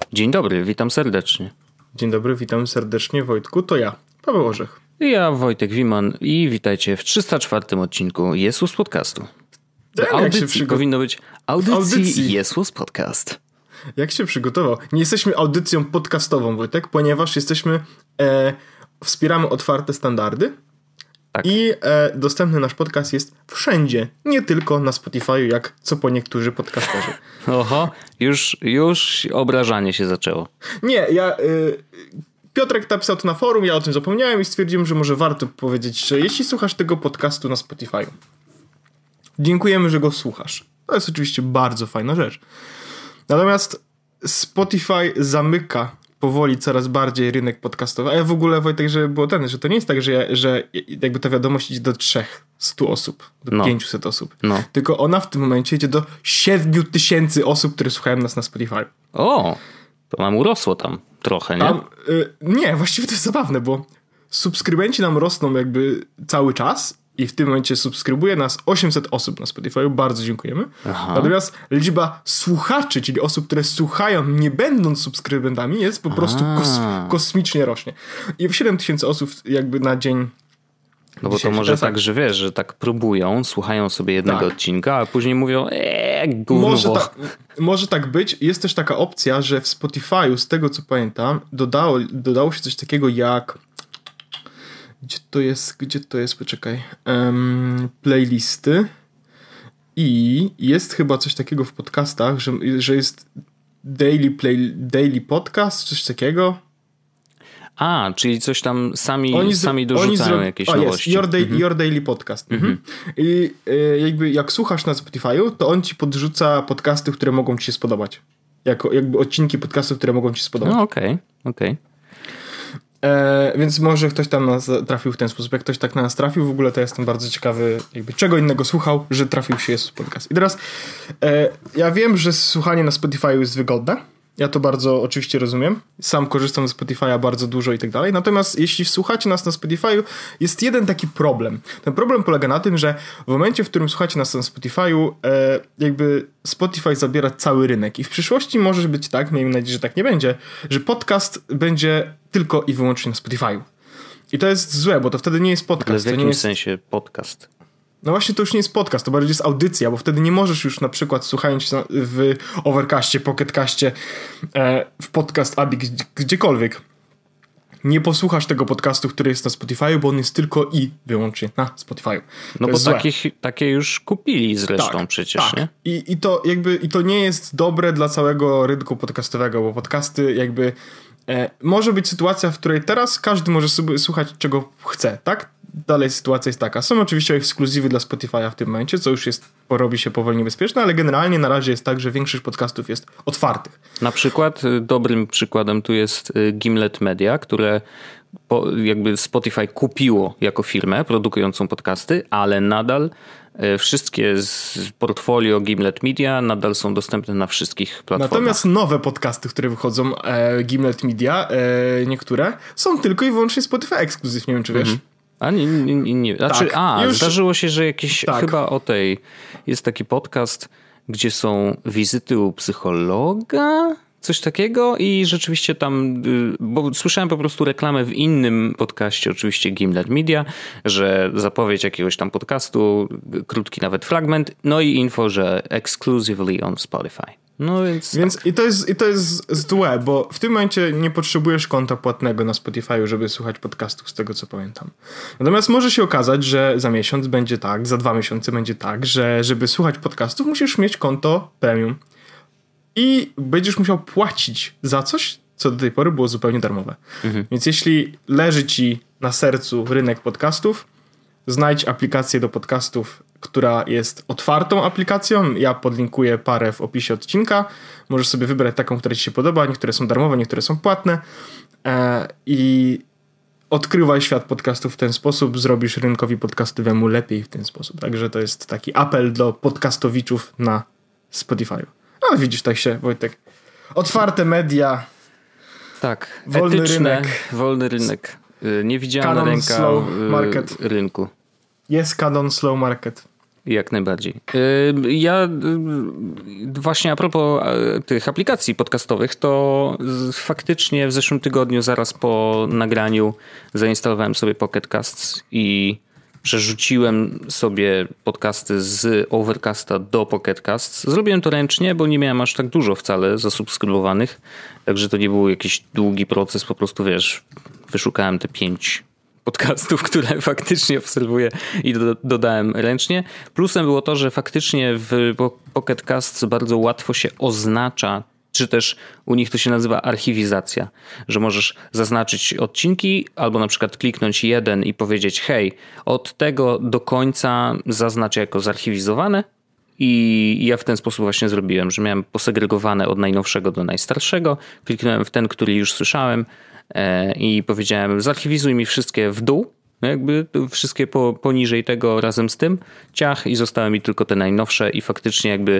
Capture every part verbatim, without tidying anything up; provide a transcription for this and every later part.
Dzień dobry, witam serdecznie. Dzień dobry, witam serdecznie, Wojtku. To ja, Paweł Orzech. I ja, Wojtek Wiman, i witajcie w trzysta czwartym odcinku Jesus Podcastu. Ten, audycji jak się przygo- powinno być audycji, audycji. Jesus Podcast. Jak się przygotował? Nie jesteśmy audycją podcastową, Wojtek, ponieważ jesteśmy, e, wspieramy otwarte standardy. Tak. I e, dostępny nasz podcast jest wszędzie, nie tylko na Spotify, jak co po niektórzy podcasterzy. Oho, już, już obrażanie się zaczęło. Nie, ja... Y, Piotrek napisał to na forum, ja o tym zapomniałem i stwierdziłem, że może warto powiedzieć, że jeśli słuchasz tego podcastu na Spotify, dziękujemy, że go słuchasz. To jest oczywiście bardzo fajna rzecz. Natomiast Spotify zamyka powoli coraz bardziej rynek podcastowy. A ja w ogóle, Wojtek, że było ten, że to nie jest tak, że, że jakby ta wiadomość idzie do trzysta osób, do no. pięćset osób. No. Tylko ona w tym momencie idzie do siedem tysięcy osób, które słuchają nas na Spotify. O, to nam urosło tam trochę, nie? Tam, y, nie, właściwie to jest zabawne, bo subskrybenci nam rosną jakby cały czas i w tym momencie subskrybuje nas osiemset osób na Spotify, bardzo dziękujemy. Aha. Natomiast liczba słuchaczy, czyli osób, które słuchają nie będąc subskrybentami, jest po prostu kos- kosmicznie rośnie. I siedem tysięcy osób jakby na dzień. No bo to może tak, że wiesz, że tak próbują, słuchają sobie jednego tak. odcinka, a później mówią eee, gówno. Może, ta, może tak być. Jest też taka opcja, że w Spotify'u, z tego co pamiętam, dodało, dodało się coś takiego jak... Gdzie to jest? Gdzie to jest? Poczekaj. Um, playlisty. I jest chyba coś takiego w podcastach, że, że jest daily, play, daily podcast, coś takiego. A, czyli coś tam sami, oni sami dorzucają zro... jakieś o, nowości. Jest, your, day, mhm. your Daily Podcast. Mhm. I y, jakby jak słuchasz na Spotify'u, to on ci podrzuca podcasty, które mogą ci się spodobać. Jako jakby odcinki podcastów, które mogą ci się spodobać. No okej, okay, okej. Okay. E, więc może ktoś tam nas trafił w ten sposób. Jak ktoś tak na nas trafił, w ogóle to jestem bardzo ciekawy, jakby czego innego słuchał, że trafił się Jezus Podcast. I teraz e, ja wiem, że słuchanie na Spotify jest wygodne. Ja to bardzo oczywiście rozumiem. Sam korzystam ze Spotify'a bardzo dużo i tak dalej. Natomiast jeśli słuchacie nas na Spotify'u, jest jeden taki problem. Ten problem polega na tym, że w momencie, w którym słuchacie nas na Spotify'u, e, jakby Spotify zabiera cały rynek. I w przyszłości może być tak, miejmy nadzieję, że tak nie będzie, że podcast będzie tylko i wyłącznie na Spotify'u. I to jest złe, bo to wtedy nie jest podcast. Ale w to jakim nie jest... sensie podcast? No właśnie to już nie jest podcast, to bardziej jest audycja, bo wtedy nie możesz już na przykład słuchając w Overcastie, Pocketcastie, w Podcast Addict, gdzie, gdziekolwiek, nie posłuchasz tego podcastu, który jest na Spotify, bo on jest tylko i wyłącznie na Spotify. No bo takich, takie już kupili zresztą tak, przecież, tak. nie? I, i, to jakby, I to nie jest dobre dla całego rynku podcastowego, bo podcasty jakby e, może być sytuacja, w której teraz każdy może sobie słuchać czego chce, tak? Dalej sytuacja jest taka. Są oczywiście ekskluzywy dla Spotify'a w tym momencie, co już jest, robi się powoli niebezpieczne, ale generalnie na razie jest tak, że większość podcastów jest otwartych. Na przykład dobrym przykładem tu jest Gimlet Media, które jakby Spotify kupiło jako firmę produkującą podcasty, ale nadal wszystkie z portfolio Gimlet Media nadal są dostępne na wszystkich platformach. Natomiast nowe podcasty, które wychodzą, e, Gimlet Media, e, niektóre, są tylko i wyłącznie Spotify ekskluzyw, nie wiem czy wiesz. Mhm. A nie, nie, nie, nie. Znaczy, tak, a, już... zdarzyło się, że jakieś tak. chyba o tej jest taki podcast, gdzie są wizyty u psychologa, coś takiego i rzeczywiście tam, bo słyszałem po prostu reklamę w innym podcaście, oczywiście Gimlet Media, że zapowiedź jakiegoś tam podcastu, krótki nawet fragment, no i info, że exclusively on Spotify. No więc, więc tak. i, to jest, i to jest złe, bo w tym momencie nie potrzebujesz konta płatnego na Spotify'u, żeby słuchać podcastów, z tego co pamiętam. Natomiast może się okazać, że za miesiąc będzie tak, za dwa miesiące będzie tak, że żeby słuchać podcastów musisz mieć konto premium i będziesz musiał płacić za coś, co do tej pory było zupełnie darmowe. Mhm. Więc jeśli leży ci na sercu rynek podcastów, znajdź aplikację do podcastów, która jest otwartą aplikacją. Ja podlinkuję parę w opisie odcinka. Możesz sobie wybrać taką, która ci się podoba. Niektóre są darmowe, niektóre są płatne. E, I odkrywaj świat podcastów w ten sposób. Zrobisz rynkowi podcastowemu lepiej w ten sposób. Także to jest taki apel do podcastowiczów na Spotify'u. Ale widzisz, tak się, Wojtek. Otwarte media. Tak, wolny etyczne, rynek. Wolny rynek. Niewidzialna Canon ręka slow market. rynku. Jest Canon slow market. Jak najbardziej. Ja właśnie a propos tych aplikacji podcastowych, to faktycznie w zeszłym tygodniu zaraz po nagraniu zainstalowałem sobie Pocket Casts i przerzuciłem sobie podcasty z Overcasta do Pocket Casts. Zrobiłem to ręcznie, bo nie miałem aż tak dużo wcale zasubskrybowanych, także to nie był jakiś długi proces, po prostu wiesz, wyszukałem te pięć podcastów, które faktycznie obserwuję i do, dodałem ręcznie. Plusem było to, że faktycznie w Pocket Casts bardzo łatwo się oznacza, czy też u nich to się nazywa archiwizacja, że możesz zaznaczyć odcinki albo na przykład kliknąć jeden i powiedzieć hej, od tego do końca zaznacz jako zarchiwizowane i ja w ten sposób właśnie zrobiłem, że miałem posegregowane od najnowszego do najstarszego, kliknąłem w ten, który już słyszałem i powiedziałem zarchiwizuj mi wszystkie w dół, jakby wszystkie po, poniżej tego razem z tym ciach i zostały mi tylko te najnowsze i faktycznie jakby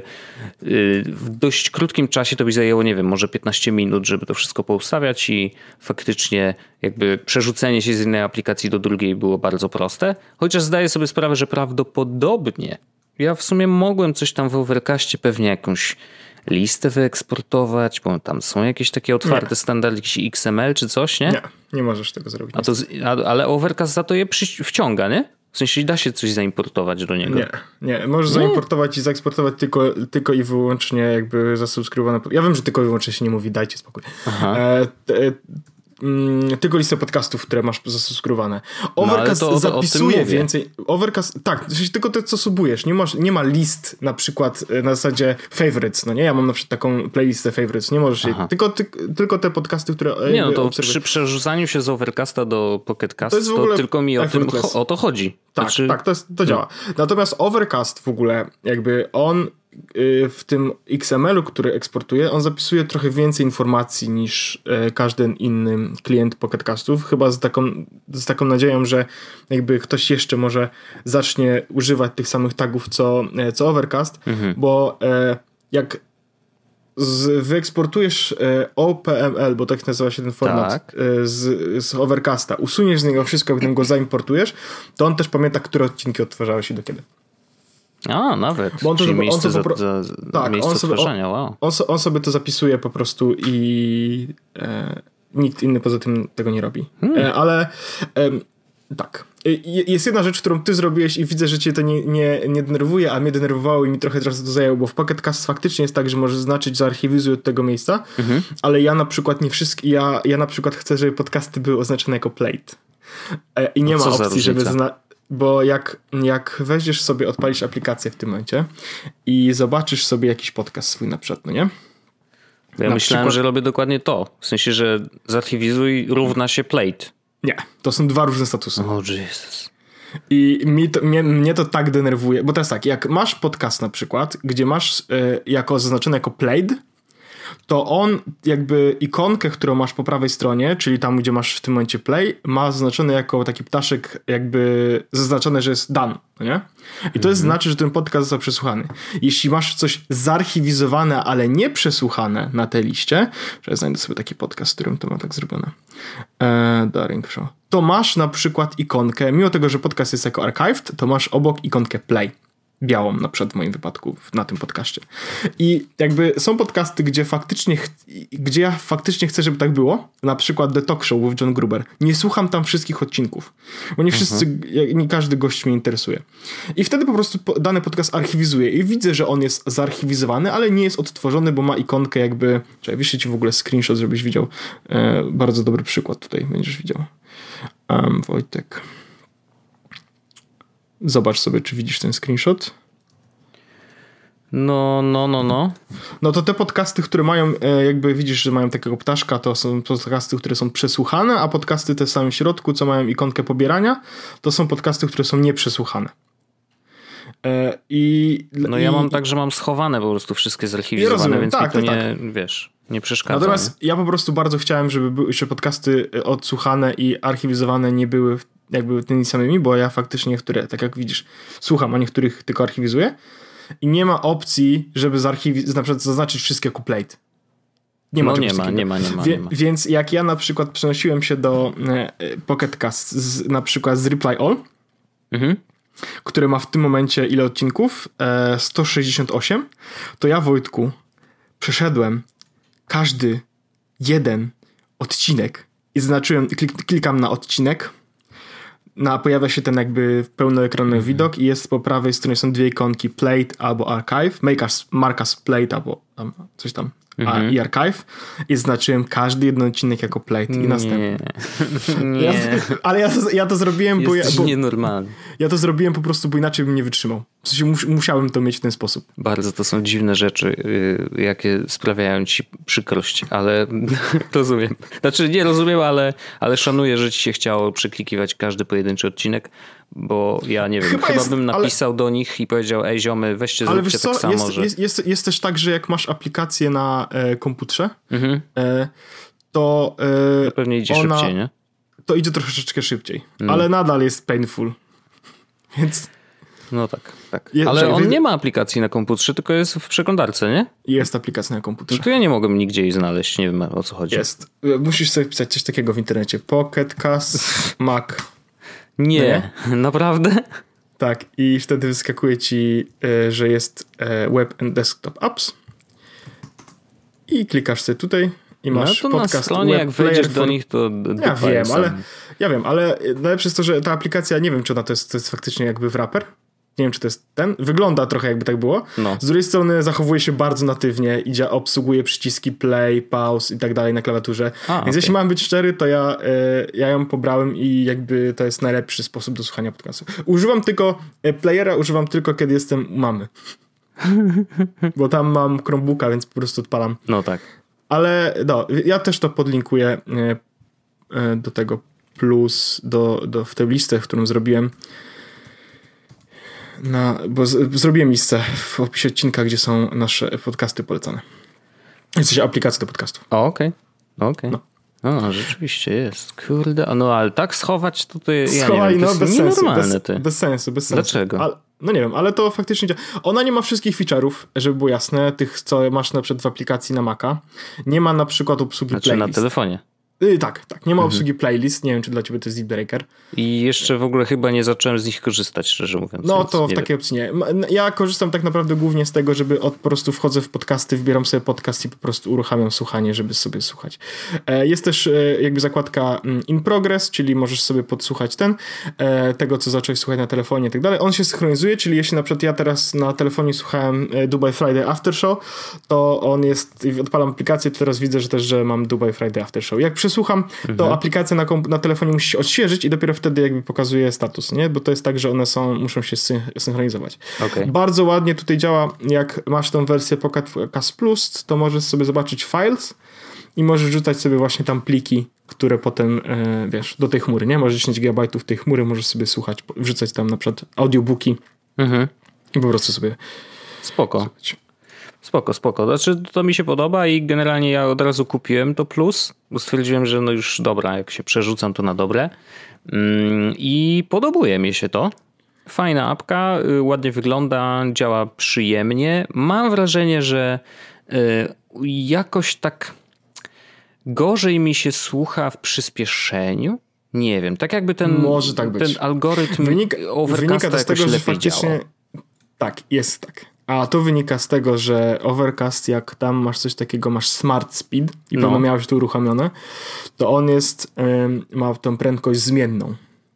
w dość krótkim czasie to by zajęło, nie wiem, może piętnaście minut, żeby to wszystko poustawiać i faktycznie jakby przerzucenie się z jednej aplikacji do drugiej było bardzo proste, chociaż zdaję sobie sprawę, że prawdopodobnie ja w sumie mogłem coś tam w Overcastie, pewnie jakąś listę wyeksportować, bo tam są jakieś takie otwarte nie. standardy, jakiś X M L czy coś, nie? Nie, nie możesz tego zrobić. A to, a, ale Overcast za to je przy, wciąga, nie? W sensie da się coś zaimportować do niego. Nie, nie. Możesz nie. zaimportować i zaeksportować tylko, tylko i wyłącznie jakby zasubskrybowane. Ja wiem, że tylko i wyłącznie się nie mówi, dajcie spokój. Aha. E, e, tylko listę podcastów, które masz zasubskrybowane. Overcast no, to, zapisuje więcej. Overcast, tak, tylko te, co subujesz. Nie, masz, nie ma list na przykład na zasadzie favorites, no nie? Ja mam na przykład taką playlistę favorites. Nie możesz jej, tylko, ty, tylko te podcasty, które nie, no to obserwuję. Przy przerzucaniu się z Overcasta do Pocket Cast to, to tylko mi o, tym, o to chodzi. Tak, znaczy... tak, to, jest, to działa. Natomiast Overcast w ogóle, jakby on w tym X M L-u, który eksportuje, on zapisuje trochę więcej informacji niż każdy inny klient Pocket Castów, chyba z taką, z taką nadzieją, że jakby ktoś jeszcze może zacznie używać tych samych tagów co, co Overcast, mhm. bo jak z, wyeksportujesz O P M L, bo tak nazywa się ten format tak. z, z Overcasta, usuniesz z niego wszystko, potem go zaimportujesz, to on też pamięta, które odcinki odtwarzały się do kiedy. A, nawet. Bo on to, Czyli miejsce, on to popro- za, za, tak, miejsce on sobie, odtwarzania, wow. On, on sobie to zapisuje po prostu i e, nikt inny poza tym tego nie robi. Hmm. E, ale e, tak. E, jest jedna rzecz, którą ty zrobiłeś i widzę, że cię to nie, nie, nie denerwuje, a mnie denerwowało i mi trochę czasu to zajęło, bo w Pocket Cast faktycznie jest tak, że możesz znaczyć zaarchiwizuj od tego miejsca, mhm. ale ja na przykład nie wszystkie, ja, ja na przykład chcę, żeby podcasty były oznaczone jako played. E, I nie a ma opcji, żeby zna- Bo jak, jak weźmiesz sobie, odpalisz aplikację w tym momencie i zobaczysz sobie jakiś podcast swój na przykład, no nie? Ja na myślałem, przykład... że robię dokładnie to. W sensie, że zarchiwizuj równa się played. Nie, to są dwa różne statusy. O, oh, Jesus. I mi to, mnie, mnie to tak denerwuje, bo teraz tak, jak masz podcast na przykład, gdzie masz y, jako zaznaczone jako played, to on jakby ikonkę, którą masz po prawej stronie, czyli tam, gdzie masz w tym momencie play, ma zaznaczone jako taki ptaszek jakby zaznaczone, że jest done, no nie? I to mm-hmm. znaczy, że ten podcast został przesłuchany. Jeśli masz coś zarchiwizowane, ale nie przesłuchane na tej liście, że ja znajdę sobie taki podcast, w którym to ma tak zrobione. Eee, Daring Show. To masz na przykład ikonkę, mimo tego, że podcast jest jako archived, to masz obok ikonkę play. Białą, na przykład w moim wypadku na tym podcaście. I jakby są podcasty, gdzie faktycznie ch- gdzie ja faktycznie chcę, żeby tak było. Na przykład The Talk Show with John Gruber. Nie słucham tam wszystkich odcinków, bo nie wszyscy, uh-huh. nie każdy gość mnie interesuje. I wtedy po prostu dany podcast archiwizuję i widzę, że on jest zarchiwizowany, ale nie jest odtworzony, bo ma ikonkę jakby... Czekaj, wyślę ci w ogóle screenshot, żebyś widział. E, bardzo dobry przykład tutaj będziesz widział. Um, Wojtek... Zobacz sobie, czy widzisz ten screenshot. No, no, no, no. No to te podcasty, które mają, jakby widzisz, że mają takiego ptaszka, to są podcasty, które są przesłuchane, a podcasty te w samym środku, co mają ikonkę pobierania, to są podcasty, które są nieprzesłuchane. I, no i, ja mam tak, że mam schowane po prostu wszystkie zarchiwizowane, rozumiem, więc tak, mi to nie, tak. wiesz, nie przeszkadza. Natomiast nie? ja po prostu bardzo chciałem, żeby były jeszcze podcasty odsłuchane i archiwizowane nie były jakby tymi samymi, bo ja faktycznie, które, tak jak widzisz, słucham, a niektórych tylko archiwizuję i nie ma opcji, żeby zarchiwizować, na przykład zaznaczyć wszystkie jako played. Nie ma, no nie ma, nie ma, nie ma, Wie, nie ma. Więc jak ja na przykład przenosiłem się do e, Pocket Cast z, na przykład z Reply All, mhm. które ma w tym momencie ile odcinków? E, sto sześćdziesiąt osiem. To ja, Wojtku, przeszedłem każdy jeden odcinek i zaznaczyłem, klik, klikam na odcinek, na, pojawia się ten jakby pełnoekranowy mm-hmm. widok i jest po prawej stronie są dwie ikonki Played albo Archive, make us, mark us Played albo tam, coś tam mm-hmm. a, i Archive i zaznaczyłem każdy jeden odcinek jako Played i następny. Nie. Ja, ale ja to, ja to zrobiłem, bo ja, Jesteś bo nienormalny. ja to zrobiłem po prostu, bo inaczej bym nie wytrzymał. W sensie mus, musiałem to mieć w ten sposób. Bardzo to są dziwne rzeczy, yy, jakie sprawiają ci przykrość, ale rozumiem. Znaczy nie rozumiem, ale, ale szanuję, że ci się chciało przeklikiwać każdy pojedynczy odcinek, bo ja nie wiem, chyba, chyba jest, bym napisał ale... do nich i powiedział, ej ziomy, weźcie zróbcie ale wiesz tak co? samo. Jest, że... jest, jest, jest też tak, że jak masz aplikację na e, komputerze, mhm. e, to, e, to pewnie idzie ona, szybciej, nie? To idzie troszeczkę szybciej, mm. ale nadal jest painful, więc... No tak, tak. Je, ale on nie ma aplikacji na komputerze, tylko jest w przeglądarce, nie? Jest aplikacja na komputerze. No to ja nie mogę nigdzie jej znaleźć, nie wiem o co chodzi. Jest. Musisz sobie pisać coś takiego w internecie. Pocket Cast Mac. Nie, nie, naprawdę? Tak, i wtedy wyskakuje ci, że jest Web and Desktop Apps i klikasz sobie tutaj i masz no to podcast na stronie, web jak wejdziesz for... do nich, to... Ja wiem, ale, ja wiem, ale najlepsze jest to, że ta aplikacja, nie wiem, czy ona to jest, to jest faktycznie jakby wrapper. Nie wiem, czy to jest ten. Wygląda trochę jakby tak było. No. Z drugiej strony zachowuje się bardzo natywnie i obsługuje przyciski play, pause i tak dalej na klawiaturze. A, Więc okay. jeśli mam być szczery, to ja, y, ja ją pobrałem i jakby to jest najlepszy sposób do słuchania podcastu. Używam tylko playera, używam tylko kiedy jestem u mamy. Bo tam mam Chromebooka, więc po prostu odpalam. No tak. Ale no, ja też to podlinkuję y, y, do tego plus, do, do, w tę listę, którą zrobiłem. Na, bo z, zrobiłem listę w opisie odcinka, gdzie są nasze podcasty polecane. W sensie aplikacje do podcastów. O, okej. Okay. Okej. Okay. No. no, rzeczywiście jest. Kurde, no ale tak schować to ty... Ja Schowali, nie wiem, to no, jest bez sensu. Bez, ty. bez sensu, bez sensu. Dlaczego? Ale, no nie wiem, ale to faktycznie działa. Ona nie ma wszystkich feature'ów, żeby było jasne, tych, co masz na przykład w aplikacji na Maca. Nie ma na przykład obsługi znaczy playlist. na telefonie. Yy, tak, tak. Nie ma mhm. obsługi playlist. Nie wiem, czy dla ciebie to jest Deepbreaker. I jeszcze w ogóle chyba nie zacząłem z nich korzystać, szczerze mówiąc. No to w takiej opcji nie. Ja korzystam tak naprawdę głównie z tego, żeby od, po prostu wchodzę w podcasty, wybieram sobie podcast i po prostu uruchamiam słuchanie, żeby sobie słuchać. Jest też jakby zakładka in progress, czyli możesz sobie podsłuchać ten, tego, co zacząłeś słuchać na telefonie i tak dalej. On się synchronizuje, czyli jeśli na przykład ja teraz na telefonie słuchałem Dubai Friday After Show, to on jest, odpalam aplikację, to teraz widzę, że też, że mam Dubai Friday After Show. Jak przesłucham, to mhm. aplikacja na, komp- na telefonie musi się odświeżyć i dopiero wtedy jakby pokazuje status, nie? Bo to jest tak, że one są, muszą się syn- synchronizować. Okay. Bardzo ładnie tutaj działa, jak masz tą wersję Pocket Cast Plus, to możesz sobie zobaczyć files i możesz rzucać sobie właśnie tam pliki, które potem, e, wiesz, do tej chmury, nie? Możesz dziesięć gigabajtów tej chmury, możesz sobie słuchać, wrzucać tam na przykład audiobooki mhm. i po prostu sobie spoko. Słuchać. Spoko, spoko. Znaczy to mi się podoba i generalnie ja od razu kupiłem to plus, bo stwierdziłem, że no już dobra, jak się przerzucam to na dobre. I podobuje mi się to. Fajna apka, ładnie wygląda, działa przyjemnie. Mam wrażenie, że jakoś tak gorzej mi się słucha w przyspieszeniu. Nie wiem, tak jakby ten, Może tak być. ten algorytm wynika, Overcasta wynika z tego, że faktycznie działa. Tak, jest tak. A to wynika z tego, że Overcast, jak tam masz coś takiego, masz Smart Speed i no. pewno miałeś to uruchomione, to on jest, ym, ma tą prędkość zmienną.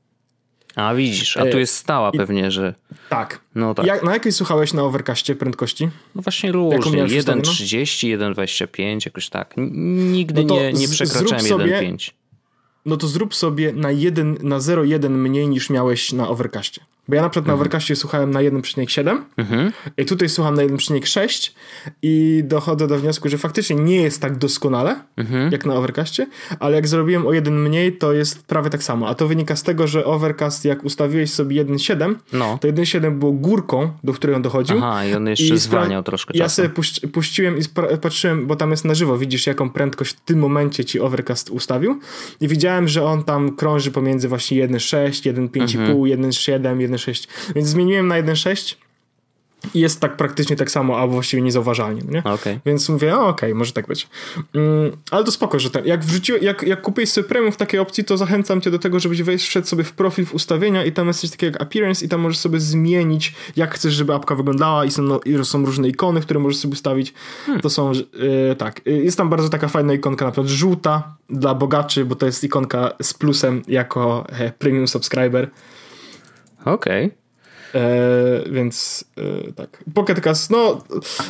A widzisz, a tu jest stała I, pewnie, że... Tak. No tak. Jak, na jakiej słuchałeś na Overcastie prędkości? No właśnie różnie, jeden trzydzieści, jeden dwadzieścia pięć, jakoś tak. Nigdy no nie, nie przekraczałem jeden przecinek pięć. No to zrób sobie na, jeden, na zero przecinek jeden mniej niż miałeś na Overcastie. Bo ja na przykład mhm. na Overcastie słuchałem na jeden przecinek siedem mhm. i tutaj słucham na jeden przecinek sześć i dochodzę do wniosku, że faktycznie nie jest tak doskonale mhm. jak na Overcastie, ale jak zrobiłem o jeden mniej, to jest prawie tak samo. A to wynika z tego, że Overcast, jak ustawiłeś sobie jeden przecinek siedem, no. to jeden przecinek siedem było górką, do której on dochodził. Aha, i on jeszcze zwalniał spra- troszkę Ja czasu. sobie puści- puściłem i spra- patrzyłem, bo tam jest na żywo, widzisz jaką prędkość w tym momencie ci Overcast ustawił i widziałem, że on tam krąży pomiędzy właśnie jeden przecinek sześć, jeden przecinek pięć i pół, mhm. jeden przecinek siedem, jeden przecinek sześć. Więc zmieniłem na jeden przecinek sześć I jest tak praktycznie tak samo, a właściwie niezauważalnie, nie? Okay. Więc mówię, okej, okay, może tak być. Mm, ale to spoko, że ten, jak wrzuciłeś, jak, jak kupiłeś sobie premium w takiej opcji, to zachęcam cię do tego, żebyś wejść, wszedł sobie w profil, w ustawienia i tam jest coś takiego jak appearance i tam możesz sobie zmienić, jak chcesz, żeby apka wyglądała i są, no, i są różne ikony, które możesz sobie ustawić. Hmm. To są, yy, tak, jest tam bardzo taka fajna ikonka, na przykład żółta dla bogaczy, bo to jest ikonka z plusem jako he, premium subscriber. Okej. Okay. E, więc e, tak. Pocket Cast, no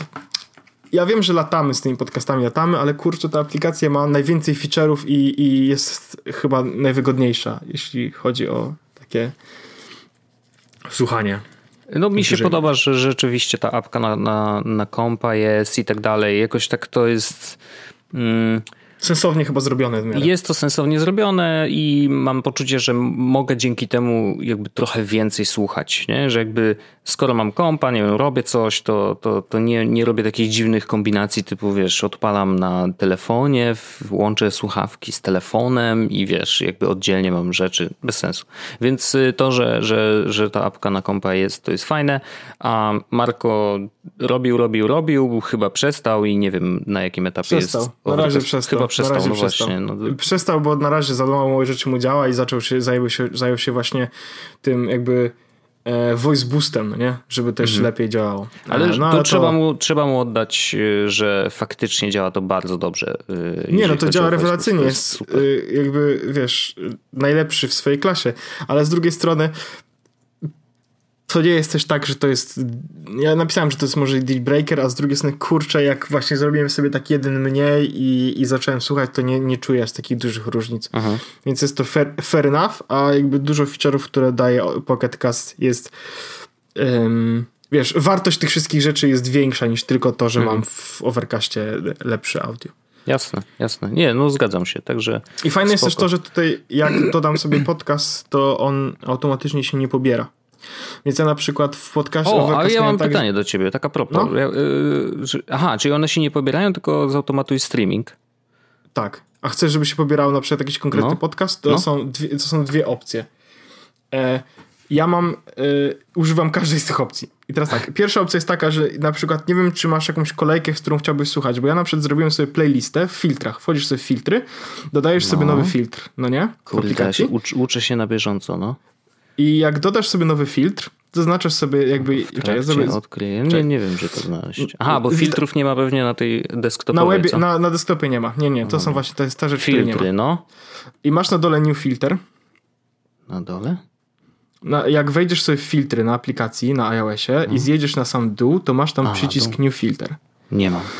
ja wiem, że latamy z tymi podcastami, latamy, ale kurczę, ta aplikacja ma najwięcej feature'ów i, i jest chyba najwygodniejsza, jeśli chodzi o takie słuchanie. No mi się podoba, że rzeczywiście ta apka na, na, na kompa jest i tak dalej. Jakoś tak to jest... Mm, sensownie chyba zrobione w miarę. Jest to sensownie zrobione i mam poczucie, że mogę dzięki temu jakby trochę więcej słuchać, nie? Że jakby skoro mam kompa, nie wiem, robię coś, to, to, to nie, nie robię takich dziwnych kombinacji typu, wiesz, odpalam na telefonie, łączę słuchawki z telefonem i wiesz, jakby oddzielnie mam rzeczy, bez sensu. Więc to, że, że, że ta apka na kompa jest, to jest fajne, a Marko robił, robił, robił, chyba przestał i nie wiem na jakim etapie przestał. jest. Na razie przestał. Chyba przestał, na razie no przestał. właśnie. No. Przestał, bo na razie za mało rzeczy mu działa i zaczął się, zajął się, zajął się właśnie tym jakby e, voice boostem, no nie? Żeby też mhm. lepiej działało. Ale no, tu ale trzeba, to... mu, trzeba mu oddać, że faktycznie działa to bardzo dobrze. Nie, no to działa rewelacyjnie. Jest super. Jakby, wiesz, najlepszy w swojej klasie. Ale z drugiej strony to nie jest też tak, że to jest... Ja napisałem, że to jest może deal breaker, a z drugiej strony, kurczę, jak właśnie zrobiłem sobie tak jeden mniej i, i zacząłem słuchać, to nie, nie czuję aż takich dużych różnic. Aha. Więc jest to fair, fair enough, a jakby dużo feature'ów, które daje Pocket Cast jest... Um, wiesz, wartość tych wszystkich rzeczy jest większa niż tylko to, że mhm. mam w Overcastie lepsze audio. Jasne, jasne. Nie, no zgadzam się, także... I fajne spoko. Jest też to, że tutaj jak dodam sobie podcast, to on automatycznie się nie pobiera. Więc ja na przykład w podcastie... O, ale ja mam tak, pytanie do ciebie, tak a propos. No? Ja, yy, że, aha, czyli one się nie pobierają, tylko zautomatuj streaming. Tak. A chcesz, żeby się pobierał na przykład jakiś konkretny no. podcast? To, no. są dwie, to są dwie opcje. E, ja mam... E, używam każdej z tych opcji. I teraz tak, pierwsza opcja jest taka, że na przykład nie wiem, czy masz jakąś kolejkę, z którą chciałbyś słuchać, bo ja na przykład zrobiłem sobie playlistę w filtrach. Wchodzisz sobie w filtry, dodajesz no. sobie nowy filtr, no nie? Kurde, ja się ucz, uczę się na bieżąco, no. I jak dodasz sobie nowy filtr, zaznaczasz sobie jakby... Czekaj, ja sobie... odkryję. Nie, nie wiem, gdzie to znaleźć. Aha, bo filtrów nie ma pewnie na tej desktopowej, Na webie, co? Na, na desktopie nie ma. Nie, nie, to no. są właśnie, to jest ta rzecz, filtry, której nie ma. no. I masz na dole new filter. Na dole? Na, jak wejdziesz sobie w filtry na aplikacji, na iOSie no. i zjedziesz na sam dół, to masz tam A, przycisk new filter. Nie mam.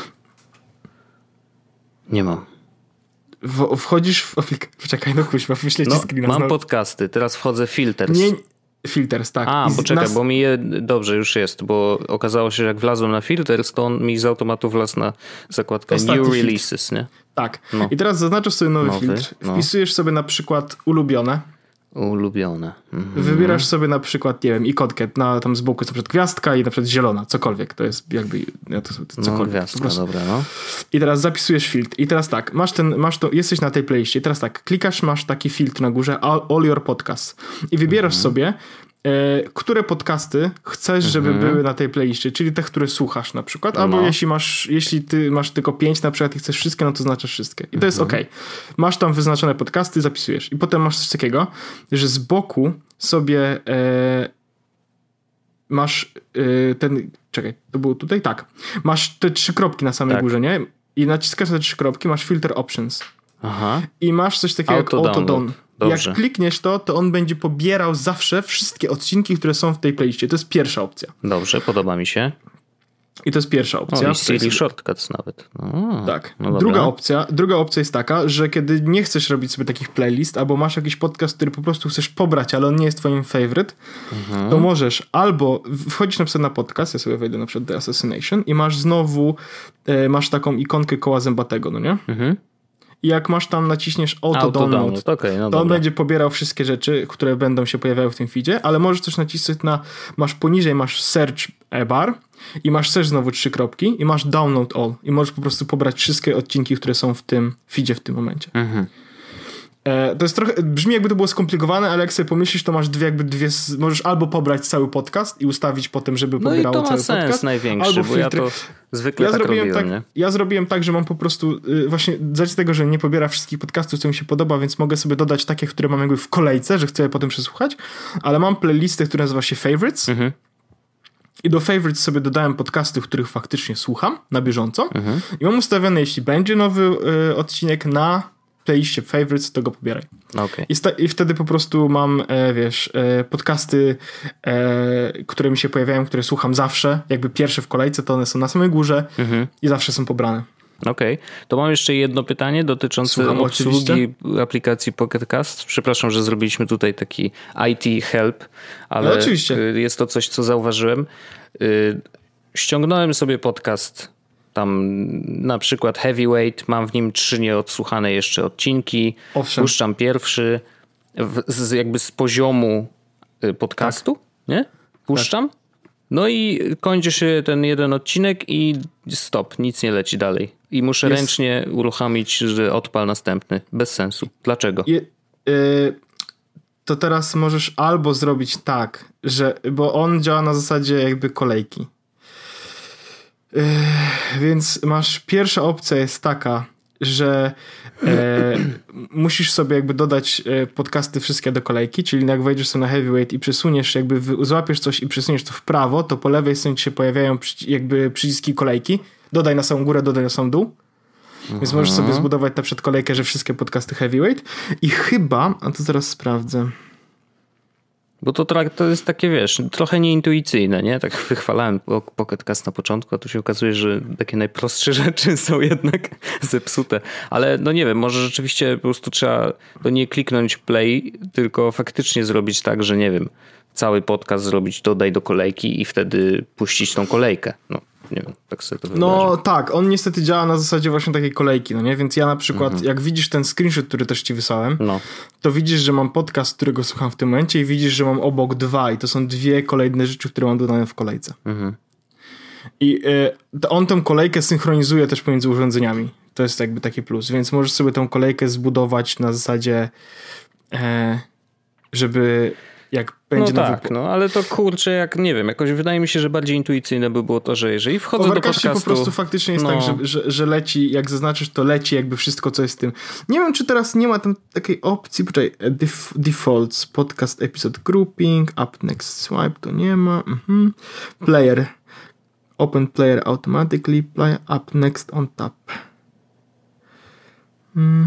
Nie mam. W, wchodzisz w aplikację. Poczekaj, no kuźwa, wyślę ci no, screena. Mam znowu. podcasty, teraz wchodzę filters. Nie, filters, tak. A, I poczekaj, nas... bo mi je... Dobrze, już jest, bo okazało się, że jak wlazłem na filters, to on mi z automatu wlazł na zakładkę Ostatni New filtr. Releases, nie? Tak. No. I teraz zaznaczasz sobie nowy, nowy filtr, no. wpisujesz sobie na przykład ulubione. Ulubione. Mhm. Wybierasz sobie na przykład, nie wiem, ikonkę, na, tam z boku jest na przykład gwiazdka i na przykład zielona, cokolwiek. To jest jakby, ja to, to cokolwiek. No, gwiazdka, dobra, no. I teraz zapisujesz filtr. I teraz tak, masz ten, masz to, jesteś na tej playliście. I teraz tak, klikasz, masz taki filtr na górze, all, all your podcasts. I wybierasz mhm. sobie, e, które podcasty chcesz, żeby mhm. były na tej playliście, czyli te, które słuchasz na przykład. Albo no. jeśli masz, jeśli ty masz tylko pięć na przykład i chcesz wszystkie, no to znaczysz wszystkie. I to mhm. jest okej. Okay. Masz tam wyznaczone podcasty, zapisujesz. I potem masz coś takiego, że z boku sobie e, masz e, ten, czekaj, to było tutaj? Tak. Masz te trzy kropki na samej tak. górze, nie? I naciskasz te trzy kropki, masz filter options. Aha. I masz coś takiego Auto jak auto down. Dobrze. Jak klikniesz to, to on będzie pobierał zawsze wszystkie odcinki, które są w tej playliście. To jest pierwsza opcja. Dobrze, podoba mi się. I to jest pierwsza opcja. O, i Siri Shortcuts nawet. O, tak. No druga opcja, druga opcja jest taka, że kiedy nie chcesz robić sobie takich playlist, albo masz jakiś podcast, który po prostu chcesz pobrać, ale on nie jest twoim favorite, mhm. to możesz albo wchodzić na przykład na podcast, ja sobie wejdę na przykład The Assassination i masz znowu, e, masz taką ikonkę koła zębatego, no nie? Mhm. I jak masz tam, naciśniesz auto, auto download, download. Okay, no to on będzie pobierał wszystkie rzeczy, które będą się pojawiały w tym feedzie, ale możesz też nacisnąć na, masz poniżej, masz search bar i masz search znowu trzy kropki i masz download all i możesz po prostu pobrać wszystkie odcinki, które są w tym feedzie w tym momencie. Mhm. E, to jest trochę, brzmi jakby to było skomplikowane, ale jak sobie pomyślisz, to masz dwie jakby dwie, możesz albo pobrać cały podcast i ustawić potem, żeby no pobierało cały podcast. No i to ma cały sens podcast, największy, albo bo filtry. Ja to zwykle ja tak zrobiłem robiłem, tak, nie? Ja zrobiłem tak, że mam po prostu y, właśnie z racji tego, że nie pobiera wszystkich podcastów, co mi się podoba, więc mogę sobie dodać takie, które mam jakby w kolejce, że chcę je potem przesłuchać, ale mam playlistę, która nazywa się Favorites. Mhm. I do favorites sobie dodałem podcasty, których faktycznie słucham na bieżąco. Mhm. I mam ustawione, jeśli będzie nowy y, odcinek na playliście favorites, to go pobieraj. Okay. I, sta- I wtedy po prostu mam, e, wiesz, e, podcasty, e, które mi się pojawiają, które słucham zawsze. Jakby pierwsze w kolejce, to one są na samej górze mhm. i zawsze są pobrane. Okej, okay. To mam jeszcze jedno pytanie dotyczące Słucham, obsługi oczywiście. aplikacji Pocket Cast. Przepraszam, że zrobiliśmy tutaj taki I T help, ale no oczywiście. Jest to coś, co zauważyłem. Ściągnąłem sobie podcast, tam na przykład Heavyweight, mam w nim trzy nieodsłuchane jeszcze odcinki. Owszem. Puszczam pierwszy, z, jakby z poziomu podcastu, tak. nie? Puszczam. Tak. No i kończy się ten jeden odcinek i stop, nic nie leci dalej. I muszę jest... ręcznie uruchomić, że odpal następny. Bez sensu. Dlaczego? Je, yy, to teraz możesz albo zrobić tak, że, bo on działa na zasadzie jakby kolejki. Yy, więc masz, pierwsza opcja jest taka, że e, musisz sobie jakby dodać e, podcasty wszystkie do kolejki, czyli jak wejdziesz sobie na Heavyweight i przesuniesz, jakby wy, złapiesz coś i przesuniesz to w prawo, to po lewej stronie ci się pojawiają przy, jakby przyciski kolejki. Dodaj na samą górę, dodaj na sam dół. Aha. Więc możesz sobie zbudować na przykład kolejkę, że wszystkie podcasty Heavyweight i chyba, a to zaraz sprawdzę. Bo to, to jest takie, wiesz, trochę nieintuicyjne, nie? Tak wychwalałem Pocket Cast na początku, a tu się okazuje, że takie najprostsze rzeczy są jednak zepsute. Ale no nie wiem, może rzeczywiście po prostu trzeba to nie kliknąć play, tylko faktycznie zrobić tak, że nie wiem, cały podcast zrobić dodaj do kolejki i wtedy puścić tą kolejkę. No nie wiem, tak sobie to wyobrażam. No tak, on niestety działa na zasadzie właśnie takiej kolejki, no nie? Więc ja na przykład, mhm. jak widzisz ten screenshot, który też ci wysłałem, no. to widzisz, że mam podcast, którego słucham w tym momencie i widzisz, że mam obok dwa i to są dwie kolejne rzeczy, które mam dodane w kolejce. Mhm. I y, on tę kolejkę synchronizuje też pomiędzy urządzeniami. To jest jakby taki plus, więc możesz sobie tę kolejkę zbudować na zasadzie e, żeby jak będzie no nowy... tak, no ale to kurczę, jak nie wiem, jakoś wydaje mi się, że bardziej intuicyjne by było to, że jeżeli wchodzę do podcastu... po prostu faktycznie jest no. tak, że, że, że leci, jak zaznaczysz, to leci jakby wszystko, co jest w tym. Nie wiem, czy teraz nie ma tam takiej opcji, poczekaj, def, defaults, podcast episode grouping, up next swipe, to nie ma, mhm. player, open player automatically, play up next on tap. Hmm.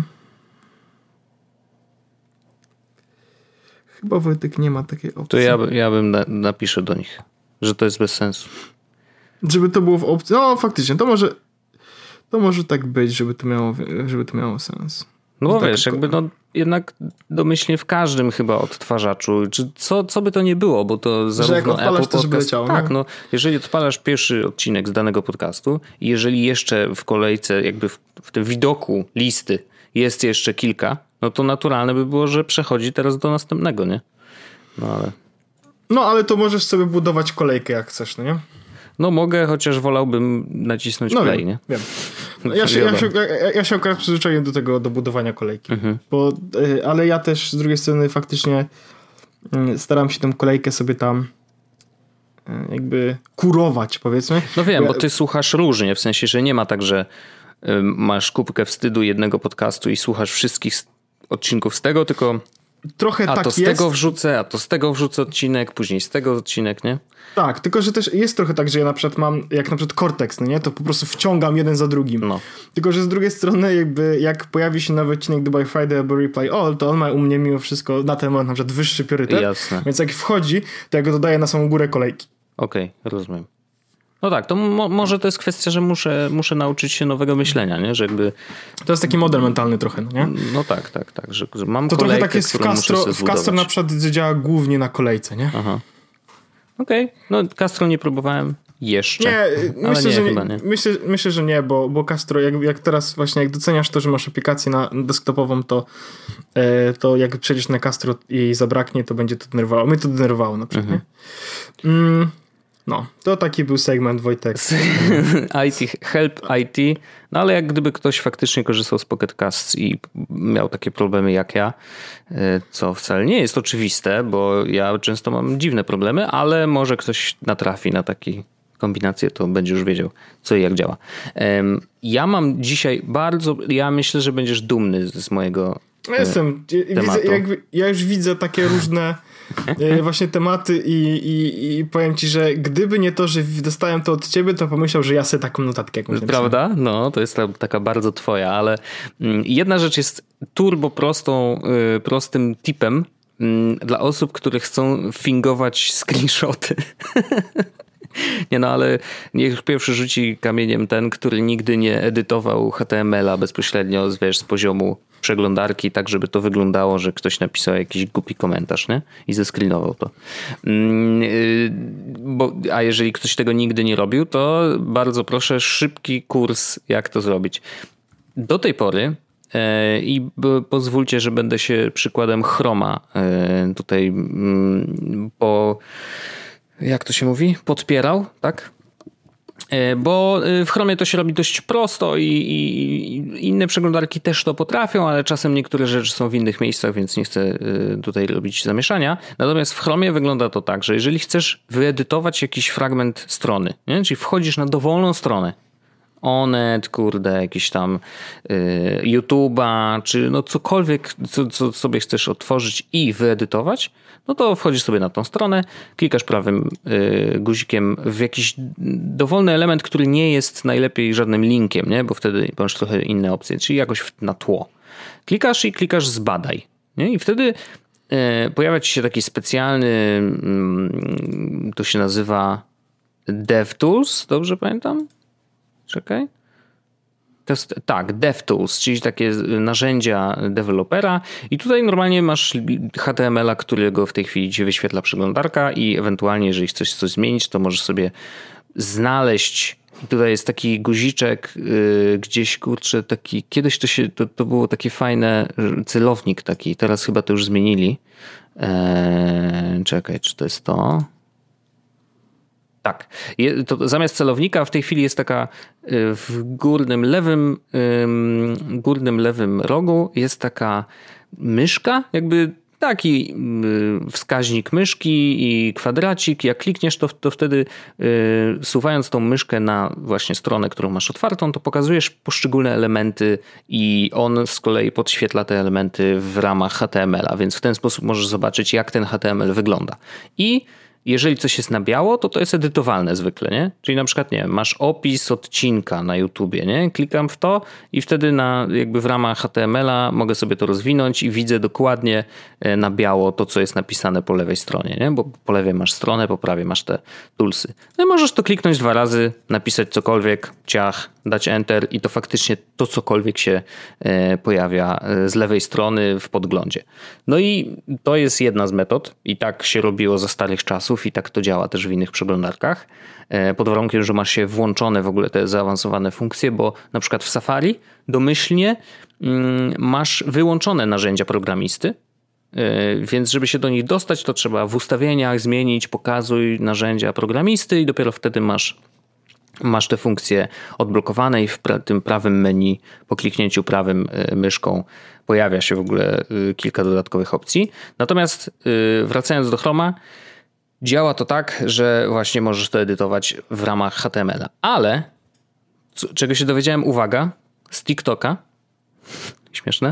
Chyba Wojtek nie ma takiej opcji. To ja, ja bym na, napiszę do nich, że to jest bez sensu. Żeby to było w opcji. No faktycznie, to może to może tak być, żeby to miało, żeby to miało sens. No bo tak wiesz, jakby no jednak domyślnie w każdym chyba odtwarzaczu, czy co, co by to nie było, bo to zarówno że jak odpalasz, Apple to żeby leciało. Tak, no jeżeli odpalasz pierwszy odcinek z danego podcastu i jeżeli jeszcze w kolejce, jakby w, w tym widoku listy jest jeszcze kilka, no to naturalne by było, że przechodzi teraz do następnego, nie? No ale... No ale to możesz sobie budować kolejkę jak chcesz, no nie? No mogę, chociaż wolałbym nacisnąć no play, wiem, nie? Wiem. No ja, się, ja, się, ja, ja się akurat przyzwyczaiłem do tego, do budowania kolejki. Mhm. Bo, ale ja też z drugiej strony faktycznie staram się tę kolejkę sobie tam jakby kurować, powiedzmy. No wiem, bo ty słuchasz różnie, w sensie, że nie ma tak, że masz kubkę wstydu jednego podcastu i słuchasz wszystkich odcinków z tego, tylko trochę a tak to z jest. tego wrzucę, a to z tego wrzucę odcinek, później z tego odcinek, nie? Tak, tylko że też jest trochę tak, że ja na przykład mam, jak na przykład Cortex, no nie? To po prostu wciągam jeden za drugim. No. Tylko że z drugiej strony jakby jak pojawi się nowy odcinek Dubai Friday albo Replay All, to on ma u mnie mimo wszystko na ten moment na przykład wyższy priorytet. Jasne. Więc jak wchodzi, to ja go dodaję na samą górę kolejki. Okej, okay, rozumiem. No tak, to mo- może to jest kwestia, że muszę, muszę nauczyć się nowego myślenia, nie? Że jakby... To jest taki model mentalny trochę, no nie? No tak, tak, tak, że, że mam to kolejkę, trochę tak jest w Castro, w Castro na przykład działa głównie na kolejce, nie? Aha. Okej, okay. No Castro nie próbowałem jeszcze. Nie, myślę, nie, że nie, nie. Myślę, myślę, że nie, bo, bo Castro, jak, jak teraz właśnie jak doceniasz to, że masz aplikację na desktopową, to, e, to jak przejdziesz na Castro i jej zabraknie, to będzie to denerwowało. Mnie to denerwowało na przykład, mhm. nie? Mm. No, to taki był segment, Wojtek. I T, help I T. No ale jak gdyby ktoś faktycznie korzystał z Pocket Casts i miał takie problemy jak ja, co wcale nie jest oczywiste, bo ja często mam dziwne problemy, ale może ktoś natrafi na taki kombinację, to będzie już wiedział, co i jak działa. Ja mam dzisiaj bardzo, ja myślę, że będziesz dumny z mojego ja Jestem, tematu. Widzę, jakby, ja już widzę takie różne właśnie tematy i, i, i powiem ci, że gdyby nie to, że dostałem to od ciebie, to pomyślał, że ja sobie taką notatkę jakąś napisałem. Prawda? No, to jest taka bardzo twoja, ale jedna rzecz jest turbo prostą, prostym tipem dla osób, które chcą fingować screenshoty. Nie no, ale niech pierwszy rzuci kamieniem ten, który nigdy nie edytował H T M L-a bezpośrednio, wiesz, z poziomu przeglądarki, tak żeby to wyglądało, że ktoś napisał jakiś głupi komentarz, nie? I zescreenował to. Bo, a jeżeli ktoś tego nigdy nie robił, to bardzo proszę, szybki kurs, jak to zrobić. Do tej pory i pozwólcie, że będę się przykładem Chroma tutaj po... jak to się mówi? Podpierał, tak? Bo w Chromie to się robi dość prosto i, i inne przeglądarki też to potrafią, ale czasem niektóre rzeczy są w innych miejscach, więc nie chcę tutaj robić zamieszania. Natomiast w Chromie wygląda to tak, że jeżeli chcesz wyedytować jakiś fragment strony, nie? Czyli wchodzisz na dowolną stronę, Onet, kurde, jakiś tam y, YouTube'a, czy no cokolwiek, co, co sobie chcesz otworzyć i wyedytować, no to wchodzisz sobie na tą stronę, klikasz prawym y, guzikiem w jakiś dowolny element, który nie jest najlepiej żadnym linkiem, nie? Bo wtedy masz trochę inne opcje, czyli jakoś na tło. Klikasz i klikasz zbadaj, nie? I wtedy y, pojawia ci się taki specjalny, y, to się nazywa DevTools, dobrze pamiętam? Czekaj. To jest, tak, DevTools, czyli takie narzędzia dewelopera i tutaj normalnie masz H T M L-a, którego w tej chwili ci wyświetla przeglądarka i ewentualnie jeżeli chcesz coś zmienić, to możesz sobie znaleźć. I tutaj jest taki guziczek yy, gdzieś, kurczę, taki, kiedyś to się, to, to było takie fajne, celownik taki, teraz chyba to już zmienili. Eee, czekaj, czy to jest to? Tak. To zamiast celownika w tej chwili jest taka w górnym lewym, górnym lewym rogu jest taka myszka, jakby taki wskaźnik myszki i kwadracik. Jak klikniesz, to, to wtedy suwając tą myszkę na właśnie stronę, którą masz otwartą, to pokazujesz poszczególne elementy i on z kolei podświetla te elementy w ramach H T M L-a, więc w ten sposób możesz zobaczyć, jak ten H T M L wygląda. I jeżeli coś jest na biało, to to jest edytowalne zwykle, nie? Czyli na przykład, nie wiem, masz opis odcinka na YouTubie, nie? Klikam w to i wtedy na, jakby w ramach H T M L-a mogę sobie to rozwinąć i widzę dokładnie na biało to, co jest napisane po lewej stronie, nie? Bo po lewej masz stronę, po prawej masz te toolsy. No i możesz to kliknąć dwa razy, napisać cokolwiek, ciach, dać enter i to faktycznie to cokolwiek się pojawia z lewej strony w podglądzie. No i to jest jedna z metod i tak się robiło za starych czasów i tak to działa też w innych przeglądarkach. Pod warunkiem, że masz się włączone w ogóle te zaawansowane funkcje, bo na przykład w Safari domyślnie masz wyłączone narzędzia programisty, więc żeby się do nich dostać, to trzeba w ustawieniach zmienić pokazuj narzędzia programisty i dopiero wtedy masz Masz te funkcje odblokowane i w pra- tym prawym menu po kliknięciu prawym myszką pojawia się w ogóle kilka dodatkowych opcji. Natomiast wracając do Chroma, działa to tak, że właśnie możesz to edytować w ramach H T M L-a. Ale, co, czego się dowiedziałem, uwaga, z TikToka, śmieszne,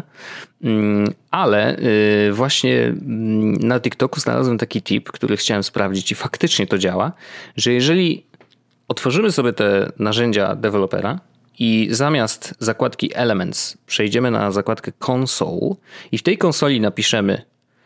ale właśnie na TikToku znalazłem taki tip, który chciałem sprawdzić i faktycznie to działa, że jeżeli otworzymy sobie te narzędzia dewelopera i zamiast zakładki Elements przejdziemy na zakładkę Console i w tej konsoli napiszemy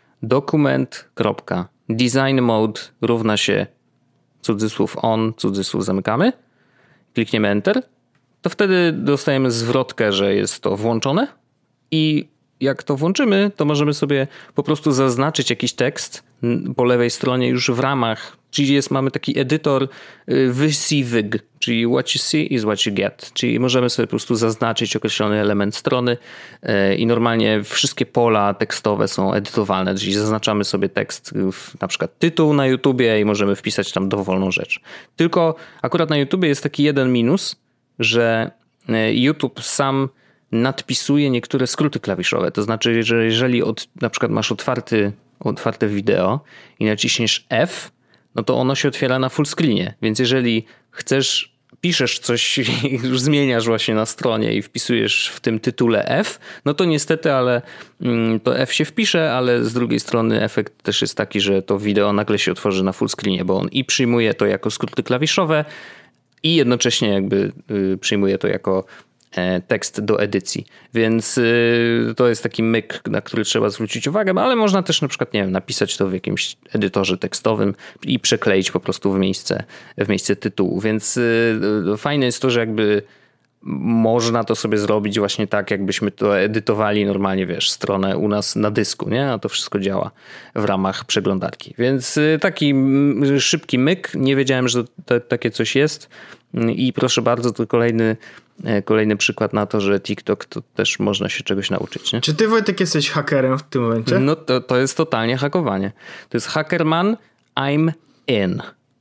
document.design mode równa się cudzysłów on, cudzysłów zamykamy, klikniemy Enter, to wtedy dostajemy zwrotkę, że jest to włączone i jak to włączymy, to możemy sobie po prostu zaznaczyć jakiś tekst po lewej stronie już w ramach Czyli jest, mamy taki edytor wysiwyg, czyli what you see is what you get. Czyli możemy sobie po prostu zaznaczyć określony element strony i normalnie wszystkie pola tekstowe są edytowalne, czyli zaznaczamy sobie tekst, na przykład tytuł na YouTubie i możemy wpisać tam dowolną rzecz. Tylko akurat na YouTubie jest taki jeden minus, że YouTube sam nadpisuje niektóre skróty klawiszowe. To znaczy, że jeżeli od, na przykład masz otwarty, otwarte wideo i naciśniesz F, no to ono się otwiera na full screenie. Więc jeżeli chcesz, piszesz coś i już zmieniasz właśnie na stronie i wpisujesz w tym tytule F, no to niestety, ale to F się wpisze, ale z drugiej strony efekt też jest taki, że to wideo nagle się otworzy na full screenie, bo on i przyjmuje to jako skróty klawiszowe i jednocześnie jakby przyjmuje to jako tekst do edycji. Więc to jest taki myk, na który trzeba zwrócić uwagę, ale można też na przykład, nie wiem, napisać to w jakimś edytorze tekstowym i przekleić po prostu w miejsce, w miejsce tytułu. Więc fajne jest to, że jakby można to sobie zrobić właśnie tak, jakbyśmy to edytowali normalnie, wiesz, stronę u nas na dysku, nie? A to wszystko działa w ramach przeglądarki. Więc taki szybki myk. Nie wiedziałem, że to, takie coś jest. I proszę bardzo, to kolejny, kolejny przykład na to, że TikTok to też można się czegoś nauczyć. Nie? Czy ty, Wojtek, jesteś hakerem w tym momencie? No to, to jest totalnie hakowanie. To jest Hackerman, I'm in.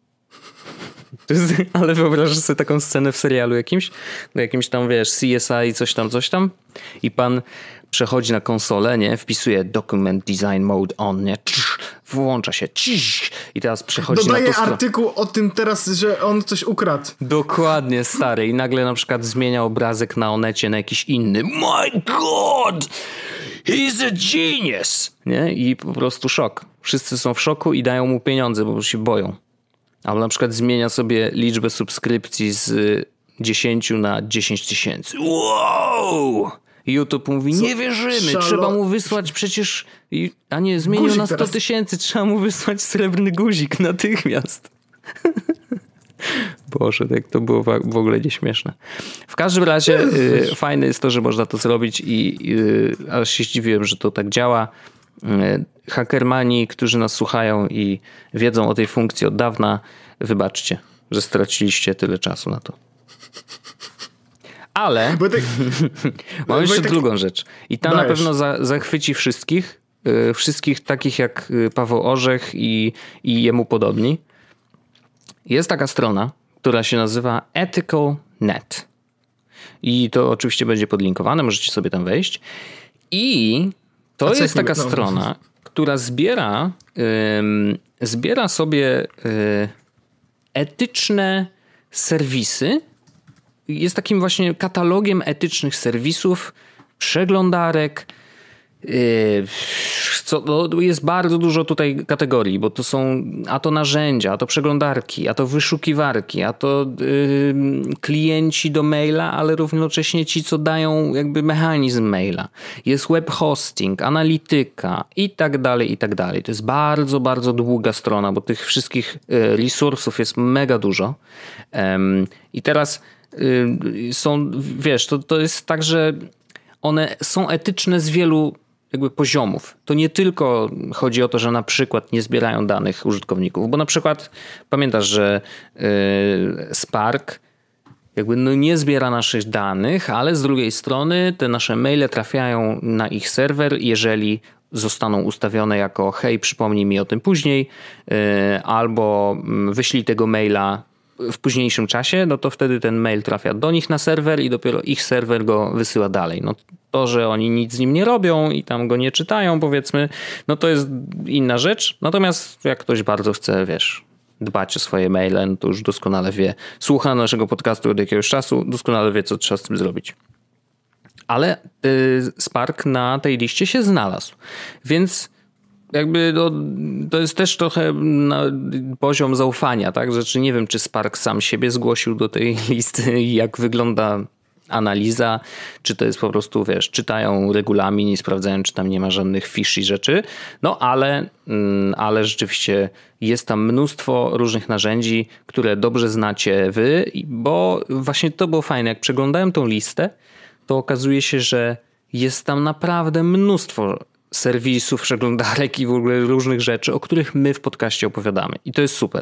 To jest, ale wyobrażasz sobie taką scenę w serialu jakimś, no jakimś tam, wiesz, C S I, coś tam, coś tam i pan przechodzi na konsolę, nie, wpisuje document design mode on, nie, włącza się i teraz przechodzi Dodaje na to artykuł o tym teraz, że on coś ukradł. Dokładnie, stary, i nagle na przykład zmienia obrazek na Onecie na jakiś inny. My God! He's a genius! Nie? I po prostu szok. Wszyscy są w szoku i dają mu pieniądze, bo się boją. Albo na przykład zmienia sobie liczbę subskrypcji z dziesięciu na dziesięć tysięcy. Wow! YouTube mówi, Co? nie wierzymy, Szalo... trzeba mu wysłać przecież... A nie, zmienił guzik na sto tysięcy, trzeba mu wysłać srebrny guzik natychmiast. Boże, jak to było w ogóle nieśmieszne. W każdym razie y, fajne jest to, że można to zrobić i y, aż się zdziwiłem, że to tak działa. Y, Hackermani, którzy nas słuchają i wiedzą o tej funkcji od dawna, wybaczcie, że straciliście tyle czasu na to. Ale tak, mam jeszcze tak, drugą rzecz. I ta dajesz. na pewno za, zachwyci wszystkich. Yy, wszystkich takich jak Paweł Orzech i, i jemu podobni. Jest taka strona, która się nazywa Ethical kropka net. I to oczywiście będzie podlinkowane. Możecie sobie tam wejść. I to jest taka no. strona, która zbiera, yy, zbiera sobie yy, etyczne serwisy. Jest takim właśnie katalogiem etycznych serwisów, przeglądarek. Co, no jest bardzo dużo tutaj kategorii, bo to są a to narzędzia, a to przeglądarki, a to wyszukiwarki, a to yy, klienci do maila, ale równocześnie ci, co dają jakby mechanizm maila. Jest web hosting, analityka i tak dalej, i tak dalej. To jest bardzo, bardzo długa strona, bo tych wszystkich resursów jest mega dużo. Ym, I teraz yy, są, wiesz, to, to jest tak, że one są etyczne z wielu jakby poziomów. To nie tylko chodzi o to, że na przykład nie zbierają danych użytkowników, bo na przykład pamiętasz, że yy, Spark jakby no nie zbiera naszych danych, ale z drugiej strony te nasze maile trafiają na ich serwer, jeżeli zostaną ustawione jako hej, przypomnij mi o tym później, yy, albo wyślij tego maila w późniejszym czasie, no to wtedy ten mail trafia do nich na serwer i dopiero ich serwer go wysyła dalej. No to, że oni nic z nim nie robią i tam go nie czytają, powiedzmy, no to jest inna rzecz. Natomiast jak ktoś bardzo chce, wiesz, dbać o swoje maile, no to już doskonale wie, słucha naszego podcastu od jakiegoś czasu, doskonale wie, co trzeba z tym zrobić. Ale y, Spark na tej liście się znalazł. Więc jakby no, to jest też trochę na poziom zaufania, tak? Rzeczy nie wiem, czy Spark sam siebie zgłosił do tej listy i jak wygląda analiza, czy to jest po prostu, wiesz, czytają regulamin i sprawdzają, czy tam nie ma żadnych fishy rzeczy. No ale, ale rzeczywiście jest tam mnóstwo różnych narzędzi, które dobrze znacie wy, bo właśnie to było fajne. Jak przeglądałem tą listę, to okazuje się, że jest tam naprawdę mnóstwo serwisów, przeglądarek i w ogóle różnych rzeczy, o których my w podcaście opowiadamy. I to jest super.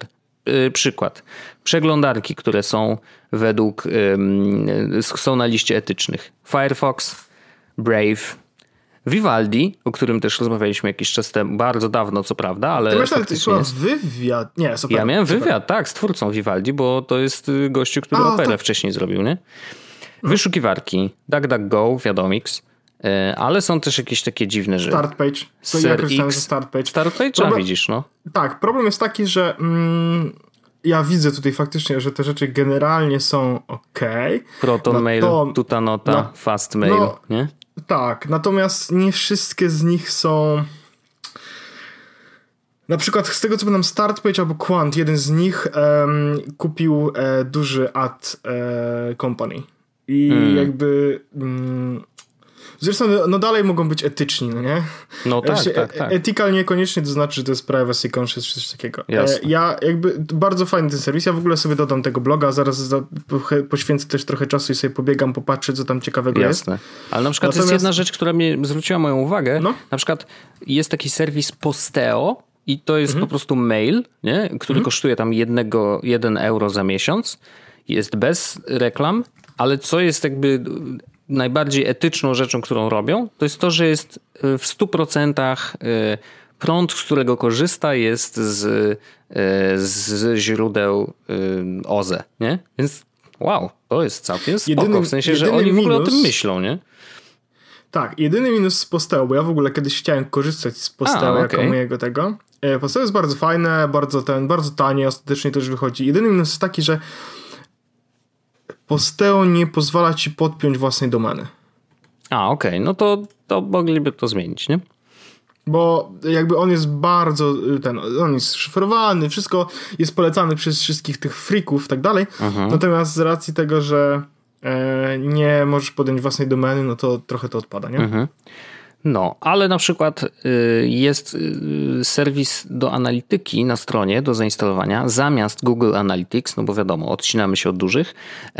yy, przykład. Przeglądarki, które są według, yy, są na liście etycznych. Firefox, Brave, Vivaldi, o którym też rozmawialiśmy jakiś czas temu, bardzo dawno co prawda, ale Ty masz faktycznie chyba jest... wywiad. Nie, super. Ja miałem super. wywiad, tak, z twórcą Vivaldi, bo to jest gościu, który A, operę tak. wcześniej zrobił, nie? Wyszukiwarki, DuckDuckGo, Wiadomix, yy, ale są też jakieś takie dziwne rzeczy. Start page. To ja korzystałem ze Start page. Start page? Problem... A widzisz, no. Tak, problem jest taki, że mm, ja widzę tutaj faktycznie, że te rzeczy generalnie są ok. Proton Mail, to... Tutanota, na... Fast Mail, no, nie? Tak, natomiast nie wszystkie z nich są... Na przykład z tego co pamiętam Start Page albo Quant, jeden z nich um, kupił e, duży ad e, company. I hmm. jakby... Mm, zresztą no dalej mogą być etyczni, no nie? No tak, znaczy, tak, tak. Ethical niekoniecznie to znaczy, że to jest privacy conscious czy coś takiego. Jasne. Ja jakby, bardzo fajny ten serwis, ja w ogóle sobie dodam tego bloga, zaraz za, poświęcę też trochę czasu i sobie pobiegam, popatrzę, co tam ciekawego Jasne. jest. Ale na przykład Natomiast... jest jedna rzecz, która mnie zwróciła moją uwagę. No? Na przykład jest taki serwis Posteo i to jest mhm. po prostu mail, nie? Który mhm. kosztuje tam jednego, jeden euro za miesiąc. Jest bez reklam, ale co jest jakby... najbardziej etyczną rzeczą, którą robią, to jest to, że jest w stu procentach prąd, z którego korzysta, jest z, z źródeł O Z E, nie? Więc wow, to jest całkiem spoko. Jedyny, w sensie, że oni w ogóle minus, o tym myślą, nie? Tak, jedyny minus z Posteo, bo ja w ogóle kiedyś chciałem korzystać z Posteo A, okay. jako mojego tego. Posteo jest bardzo fajne, bardzo, ten, bardzo tanie, ostatecznie też wychodzi. Jedyny minus jest taki, że Posteo nie pozwala ci podpiąć własnej domeny. A, okej, okay. No to, to mogliby to zmienić, nie? Bo jakby on jest bardzo, ten, on jest szyfrowany, wszystko jest polecane przez wszystkich tych freaków i tak dalej. Uh-huh. Natomiast z racji tego, że e, nie możesz podjąć własnej domeny, no to trochę to odpada, nie? Uh-huh. No, ale na przykład y, jest y, serwis do analityki na stronie do zainstalowania zamiast Google Analytics, no bo wiadomo, odcinamy się od dużych, y,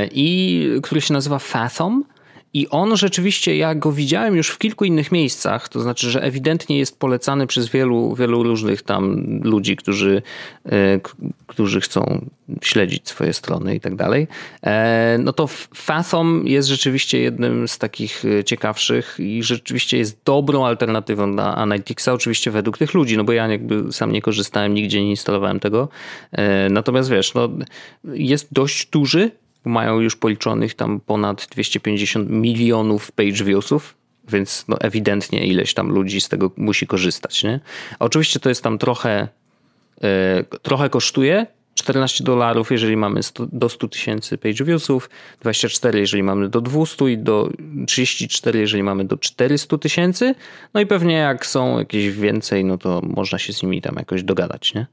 i który się nazywa Fathom. I on rzeczywiście, ja go widziałem już w kilku innych miejscach, to znaczy, że ewidentnie jest polecany przez wielu, wielu różnych tam ludzi, którzy, e, k- którzy chcą śledzić swoje strony i tak dalej. E, no to Fathom jest rzeczywiście jednym z takich ciekawszych i rzeczywiście jest dobrą alternatywą dla Analyticsa, oczywiście według tych ludzi, no bo ja jakby sam nie korzystałem, nigdzie nie instalowałem tego. E, natomiast wiesz, no jest dość duży, mają już policzonych tam ponad dwieście pięćdziesiąt milionów page viewsów, więc no ewidentnie ileś tam ludzi z tego musi korzystać, nie? A oczywiście to jest tam trochę, yy, trochę kosztuje, czternaście dolarów, jeżeli mamy sto, do stu tysięcy page viewsów, dwadzieścia cztery, jeżeli mamy do dwieście i do trzydzieści cztery, jeżeli mamy do czterysta tysięcy. No i pewnie jak są jakieś więcej, no to można się z nimi tam jakoś dogadać, nie?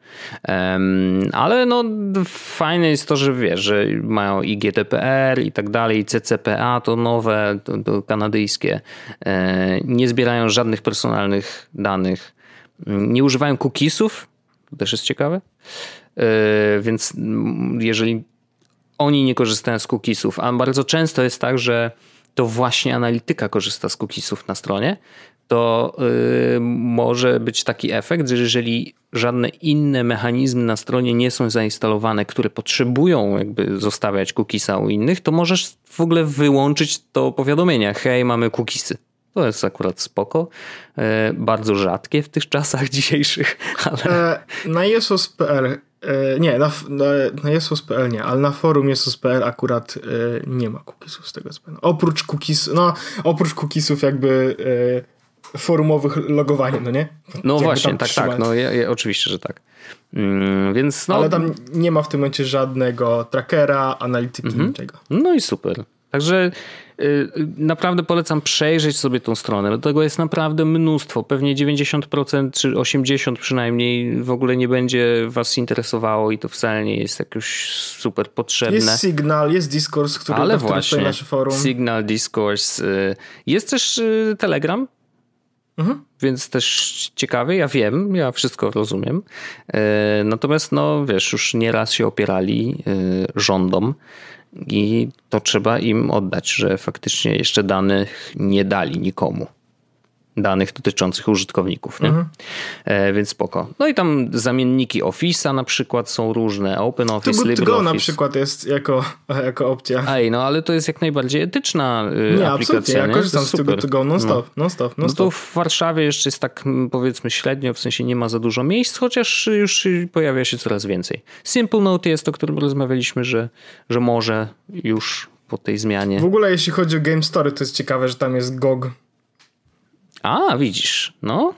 Um, ale no fajne jest to, że wiesz, że mają i G D P R i tak dalej, C C P A to nowe, to, to kanadyjskie. E, nie zbierają żadnych personalnych danych. Nie używają cookiesów, to też jest ciekawe. Yy, więc jeżeli oni nie korzystają z cookiesów, a bardzo często jest tak, że to właśnie analityka korzysta z cookiesów na stronie, to yy, może być taki efekt, że jeżeli żadne inne mechanizmy na stronie nie są zainstalowane, które potrzebują jakby zostawiać cookiesa u innych, to możesz w ogóle wyłączyć to powiadomienia. Hej, mamy cookiesy. To jest akurat spoko. E, bardzo rzadkie w tych czasach dzisiejszych. Ale... E, na jesus kropka p l e, nie, na, na, na jesus kropka p l nie, ale na forum jesus kropka p l akurat e, nie ma cookiesów z tego co pamiętam. Oprócz cookies, no oprócz cookiesów jakby e, forumowych logowania, no nie? No jakby właśnie, tak, tak. No, ja, ja, oczywiście, że tak. Mm, więc no... Ale tam nie ma w tym momencie żadnego trackera, analityki, mhm. niczego. No i super. Także y, naprawdę polecam przejrzeć sobie tą stronę, bo tego jest naprawdę mnóstwo. Pewnie dziewięćdziesiąt procent czy osiemdziesiąt procent przynajmniej w ogóle nie będzie was interesowało i to wcale nie jest jakoś super potrzebne. Jest Signal, jest Discourse, który Ale właśnie, nasze forum. Signal, Discourse. Y, jest też y, Telegram. Mhm. Więc też ciekawy, ja wiem, ja wszystko rozumiem. Y, natomiast no wiesz, już nieraz się opierali y, rządom. I to trzeba im oddać, że faktycznie jeszcze danych nie dali nikomu. danych dotyczących użytkowników, nie? Mhm. E, więc spoko. No i tam zamienniki Office'a na przykład są różne, OpenOffice, LibreOffice. Go na przykład jest jako, jako opcja. Ej, no ale to jest jak najbardziej etyczna y, nie, aplikacja. Ja korzystam z tego to go non-stop, no. non-stop, non-stop. No to w Warszawie jeszcze jest tak powiedzmy średnio, w sensie nie ma za dużo miejsc, chociaż już pojawia się coraz więcej. Simple Note jest, o którym rozmawialiśmy, że, że może już po tej zmianie. W ogóle jeśli chodzi o Game Story, to jest ciekawe, że tam jest G O G. A, widzisz, no.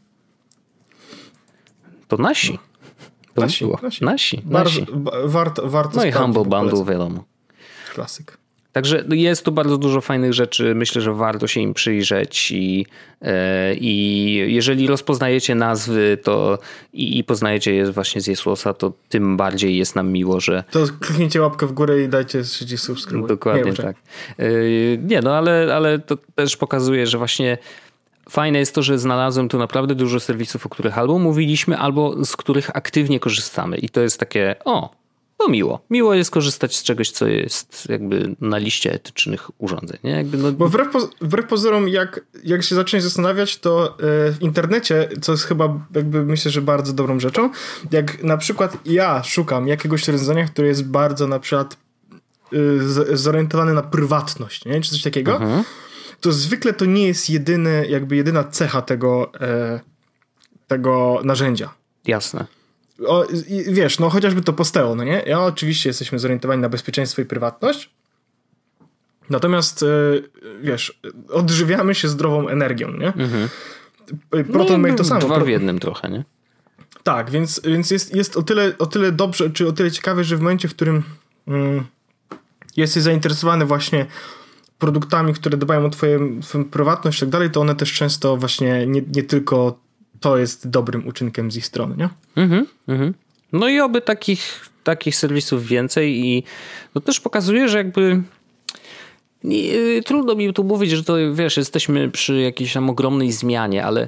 To nasi. To nasi, było. nasi. Nasi. Bardzo, nasi. Warto, warto no i Humble Bundle, wiadomo. Klasyk. Także jest tu bardzo dużo fajnych rzeczy. Myślę, że warto się im przyjrzeć i, yy, i jeżeli rozpoznajecie nazwy to i, i poznajecie je właśnie z Jesłosa, to tym bardziej jest nam miło, że... To kliknijcie łapkę w górę i dajcie przycisk subskrybuj. Dokładnie nie, tak. Yy, nie, no ale, ale to też pokazuje, że właśnie fajne jest to, że znalazłem tu naprawdę dużo serwisów, o których albo mówiliśmy, albo z których aktywnie korzystamy. I to jest takie, o, to miło. Miło jest korzystać z czegoś, co jest jakby na liście etycznych urządzeń. Nie? Jakby no... Bo wbrew, poz- wbrew pozorom, jak, jak się zaczniesz zastanawiać, to yy, w internecie, co jest chyba jakby myślę, że bardzo dobrą rzeczą, jak na przykład ja szukam jakiegoś rozwiązania, które jest bardzo na przykład yy, z- zorientowane na prywatność, nie? Czy coś takiego, mhm. to zwykle to nie jest jedyny, jakby jedyna cecha tego, yy, tego narzędzia. Jasne. O, wiesz, no chociażby to Posteo, no nie? Ja oczywiście jesteśmy zorientowani na bezpieczeństwo i prywatność, natomiast wiesz, odżywiamy się zdrową energią, nie? Mhm. Proton Mail to samo. Dwa w jednym trochę, nie? Tak, więc, więc jest, jest o tyle, o tyle dobrze, czy o tyle ciekawe, że w momencie, w którym mm, jesteś zainteresowany właśnie produktami, które dbają o twoją, twoją prywatność i tak dalej, to one też często właśnie nie, nie tylko to jest dobrym uczynkiem z ich strony, nie? Mhm, mhm. No i oby takich, takich serwisów więcej i to też pokazuje, że jakby nie, trudno mi tu mówić, że to wiesz, jesteśmy przy jakiejś tam ogromnej zmianie, ale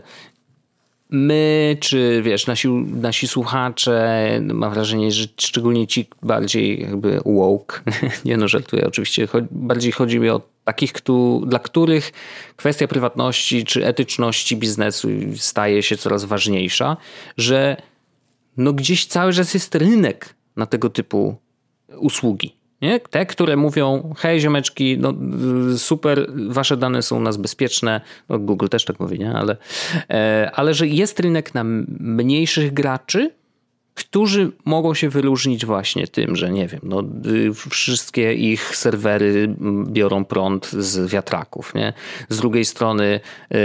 my, czy wiesz, nasi, nasi słuchacze, mam wrażenie, że szczególnie ci bardziej jakby woke, nie no, żartuję oczywiście, bardziej chodzi mi o takich, dla których kwestia prywatności czy etyczności biznesu staje się coraz ważniejsza, że no gdzieś cały czas jest rynek na tego typu usługi. Nie? Te, które mówią, hej ziomeczki, no super, wasze dane są u nas bezpieczne, no Google też tak mówi, nie? Ale, ale że jest rynek na mniejszych graczy, którzy mogą się wyróżnić właśnie tym, że nie wiem, no wszystkie ich serwery biorą prąd z wiatraków, nie? Z drugiej strony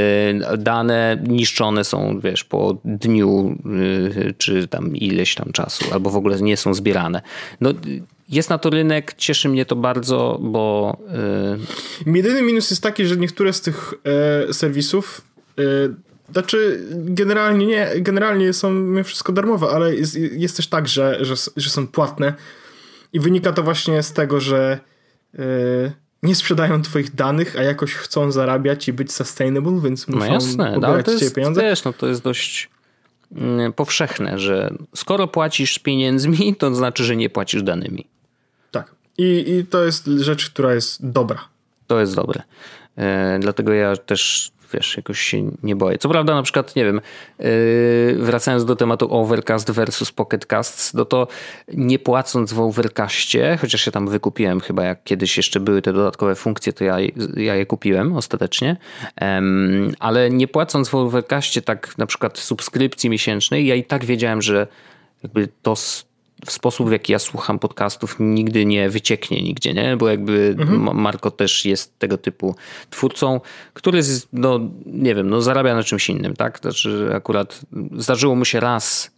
dane niszczone są, wiesz, po dniu czy tam ileś tam czasu, albo w ogóle nie są zbierane. No jest na to rynek, cieszy mnie to bardzo, bo... Yy... Jedyny minus jest taki, że niektóre z tych e, serwisów e, znaczy generalnie nie, generalnie są wszystko darmowe, ale jest, jest też tak, że, że, że są płatne i wynika to właśnie z tego, że yy, nie sprzedają twoich danych, a jakoś chcą zarabiać i być sustainable, więc muszą no jasne, pobierać no, ciebie pieniądze. Wiesz, no to jest dość mm, powszechne, że skoro płacisz pieniędzmi, to znaczy, że nie płacisz danymi. Tak. I, i to jest rzecz, która jest dobra. To jest dobre. Yy, dlatego ja też wiesz, jakoś się nie boję. Co prawda na przykład, nie wiem, yy, wracając do tematu Overcast versus Pocket Casts, no to nie płacąc w Overcastie, chociaż się tam wykupiłem chyba, jak kiedyś jeszcze były te dodatkowe funkcje, to ja, ja je kupiłem ostatecznie, um, ale nie płacąc w Overcastie tak na przykład subskrypcji miesięcznej, ja i tak wiedziałem, że jakby to w sposób, w jaki ja słucham podcastów, nigdy nie wycieknie nigdzie, nie? Bo jakby mhm. Marko też jest tego typu twórcą, który jest, no nie wiem, no zarabia na czymś innym, tak? Znaczy akurat zdarzyło mu się raz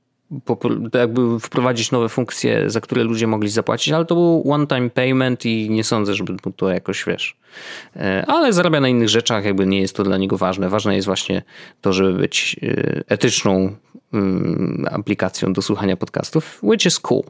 jakby wprowadzić nowe funkcje, za które ludzie mogli zapłacić, ale to był one-time payment i nie sądzę, żeby mu to jakoś, wiesz, ale zarabia na innych rzeczach, jakby nie jest to dla niego ważne. Ważne jest właśnie to, żeby być etyczną aplikacją do słuchania podcastów, which is cool.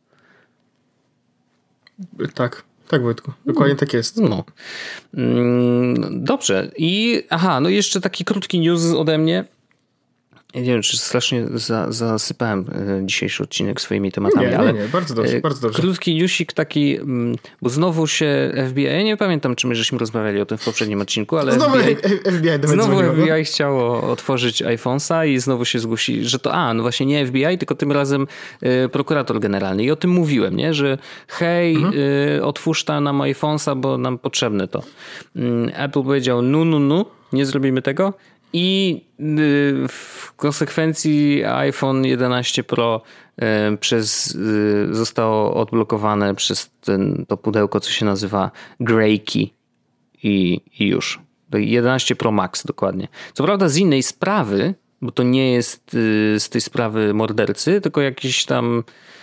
Tak, tak Wojtku, dokładnie no. tak jest. No. Dobrze. I aha, no jeszcze taki krótki news ode mnie. Ja nie wiem, czy strasznie za, zasypałem dzisiejszy odcinek swoimi tematami, nie, ale nie, nie, bardzo dobrze, bardzo dobrze. Krótki newsik taki, bo znowu się F B I, ja nie pamiętam, czy my żeśmy rozmawiali o tym w poprzednim odcinku, ale znowu F B I, F B I do mnie znowu dzwoniło, F B I chciało otworzyć iPhone'a i znowu się zgłosi, że to, a, no właśnie nie F B I, tylko tym razem y, prokurator generalny. I o tym mówiłem, nie, że hej, mhm. y, otwórz ta nam iPhone'a, bo nam potrzebne to. Y, Apple powiedział, no, no, no, nie zrobimy tego. I w konsekwencji iPhone jedenaście Pro przez, zostało odblokowane przez ten, to pudełko, co się nazywa Grey Key i, i już. jedenaście Pro Max dokładnie. Co prawda z innej sprawy, bo to nie jest z tej sprawy mordercy, tylko jakiś tam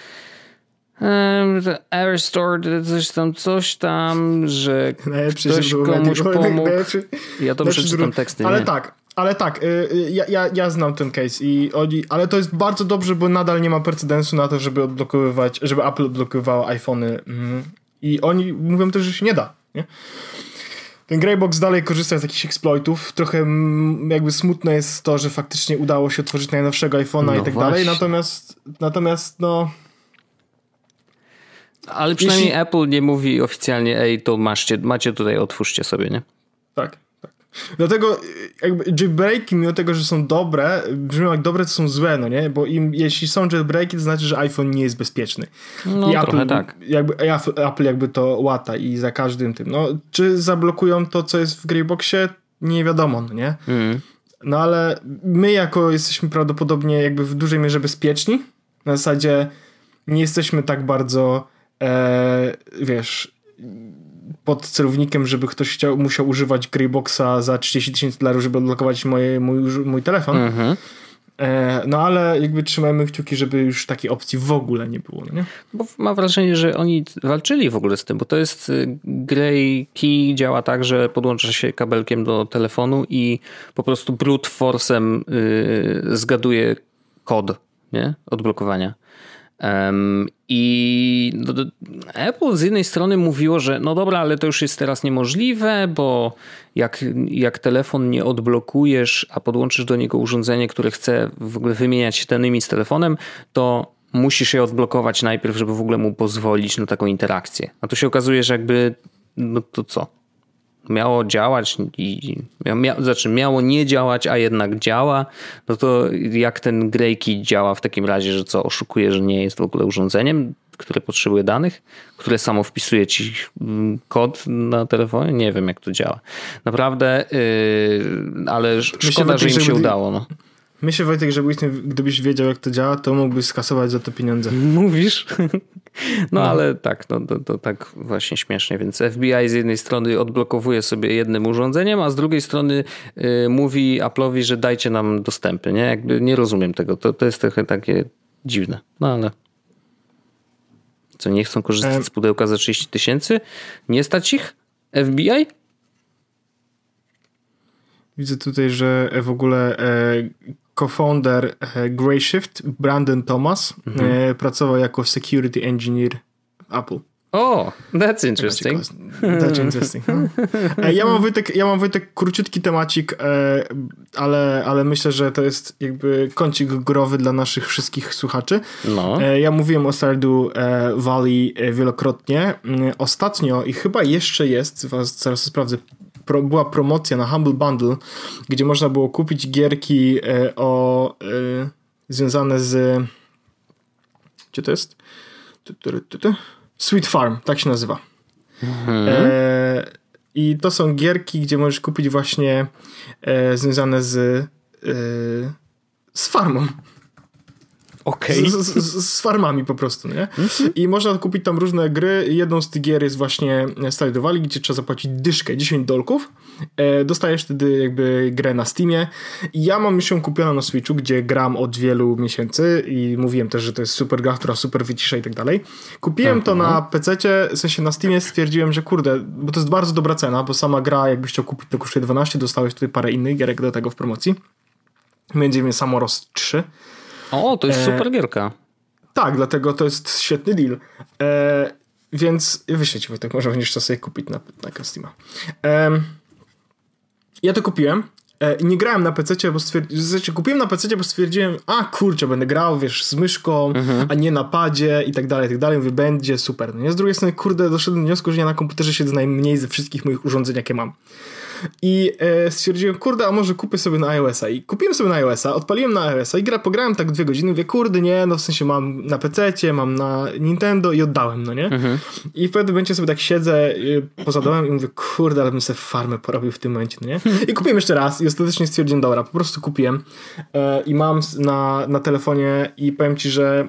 Air Store, coś tam, coś tam, że najlepszy, ktoś komuś pomógł. Najlepszy, ja to przeczytam teksty. Ale nie? tak, ale tak, ja, ja, ja znam ten case i oni, ale to jest bardzo dobrze, bo nadal nie ma precedensu na to, żeby odblokowywać, żeby Apple odblokowywało iPhony i oni mówią też, że się nie da, nie? Ten Greybox dalej korzysta z jakichś exploitów. Trochę jakby smutne jest to, że faktycznie udało się otworzyć najnowszego iPhone'a no i tak właśnie. dalej, natomiast natomiast no ale przynajmniej Jeśli... Apple nie mówi oficjalnie, ej, to macie, macie tutaj, otwórzcie sobie, nie? Tak, tak. Dlatego jakby jailbreaki, mimo tego, że są dobre, brzmią jak dobre, to są złe, no nie? Bo im, jeśli są jailbreaki, to znaczy, że iPhone nie jest bezpieczny. No I trochę Apple, tak. Jakby, Apple jakby to łata i za każdym tym. No, czy zablokują to, co jest w Greyboxie? Nie wiadomo, no nie? Mm. No ale my jako jesteśmy prawdopodobnie jakby w dużej mierze bezpieczni. Na zasadzie nie jesteśmy tak bardzo e, wiesz pod celownikiem, żeby ktoś chciał, musiał używać Greyboxa za trzydzieści tysięcy dolarów, żeby odblokować moje, mój, mój telefon. Mm-hmm. E, no ale jakby trzymajmy kciuki, żeby już takiej opcji w ogóle nie było. No nie? Bo mam wrażenie, że oni walczyli w ogóle z tym, bo to jest Grey Key, działa tak, że podłącza się kabelkiem do telefonu i po prostu brute force'em yy, zgaduje kod, nie? Odblokowania. Um, I no, Apple z jednej strony mówiło, że no dobra, ale to już jest teraz niemożliwe, bo jak, jak telefon nie odblokujesz, a podłączysz do niego urządzenie, które chce w ogóle wymieniać się danymi z telefonem, to musisz je odblokować najpierw, żeby w ogóle mu pozwolić na taką interakcję. A tu się okazuje, że jakby no to co? Miało działać i mia, znaczy miało nie działać, a jednak działa, no to jak ten Grey Key działa w takim razie, że co, oszukuje, że nie jest w ogóle urządzeniem, które potrzebuje danych, które samo wpisuje ci kod na telefonie? Nie wiem, jak to działa. Naprawdę, yy, ale szkoda, że im się udało. No. Myślę, Wojtek, że gdybyś wiedział, jak to działa, to mógłbyś skasować za to pieniądze. Mówisz? No, no. ale tak, no, to, to tak właśnie śmiesznie. Więc F B I z jednej strony odblokowuje sobie jednym urządzeniem, a z drugiej strony y, mówi Apple'owi, że dajcie nam dostępy. Nie, jakby nie rozumiem tego. To, to jest trochę takie dziwne. No ale co, nie chcą korzystać um. z pudełka za trzydzieści tysięcy? Nie stać ich? F B I? Widzę tutaj, że w ogóle e, co-founder e, Grayshift, Brandon Thomas, mhm. e, pracował jako security engineer w Apple. O, oh, that's interesting. That's interesting. No. E, ja mam Wojtek, ja mam Wojtek króciutki temacik, e, ale, ale myślę, że to jest jakby kącik górowy dla naszych wszystkich słuchaczy. No. E, ja mówiłem o Stardew e, Valley wielokrotnie. E, ostatnio i chyba jeszcze jest, zaraz sprawdzę, Pro, była promocja na Humble Bundle, gdzie można było kupić gierki e, o e, związane z gdzie to jest? Tu, tu, tu, tu. Sweet Farm, tak się nazywa. Mhm. E, I to są gierki, gdzie możesz kupić właśnie e, związane z e, z farmą. Okay. Z, z, z farmami po prostu, nie? I można kupić tam różne gry. Jedną z tych gier jest właśnie Stardew Valley, gdzie trzeba zapłacić dyszkę, dziesięć dolków. E, dostajesz wtedy jakby grę na Steamie. I ja mam już ją kupioną na Switchu, gdzie gram od wielu miesięcy i mówiłem też, że to jest super gra, która super wycisza i tak dalej. Kupiłem Aha. to na pececie, w sensie na Steamie stwierdziłem, że kurde, bo to jest bardzo dobra cena, bo sama gra, jakbyś chciał kupić, to kosztuje dwanaście, dostałeś tutaj parę innych gierek do tego w promocji. Między innymi Samorost trzy. O, to jest super gierka. E, tak, dlatego to jest świetny deal. E, więc wyślę ci, Wojtek, może będziesz to sobie kupić na, na Steama. E, ja to kupiłem E, nie grałem na pececie, bo stwierdziłem, znaczy kupiłem na pececie, bo stwierdziłem, a kurczę, będę grał, wiesz, z myszką, mhm. a nie na padzie i tak dalej, i tak dalej. Mówię, będzie super. No nie? Z drugiej strony, kurde, doszedłem do wniosku, że ja na komputerze siedzę najmniej ze wszystkich moich urządzeń, jakie mam. I e, stwierdziłem, kurde, a może kupię sobie na iOS-a. I kupiłem sobie na iOS-a, odpaliłem na iOS-a i gra, pograłem tak dwie godziny, mówię, kurde, nie, no w sensie mam na pececie, mam na Nintendo i oddałem, no nie? Mhm. I w pewnym momencie sobie tak siedzę y, poza domem i mówię, kurde, ale bym sobie farmę porobił w tym momencie, no nie? I kupiłem jeszcze raz i ostatecznie stwierdziłem, dobra, po prostu kupiłem e, i mam na, na telefonie i powiem ci, że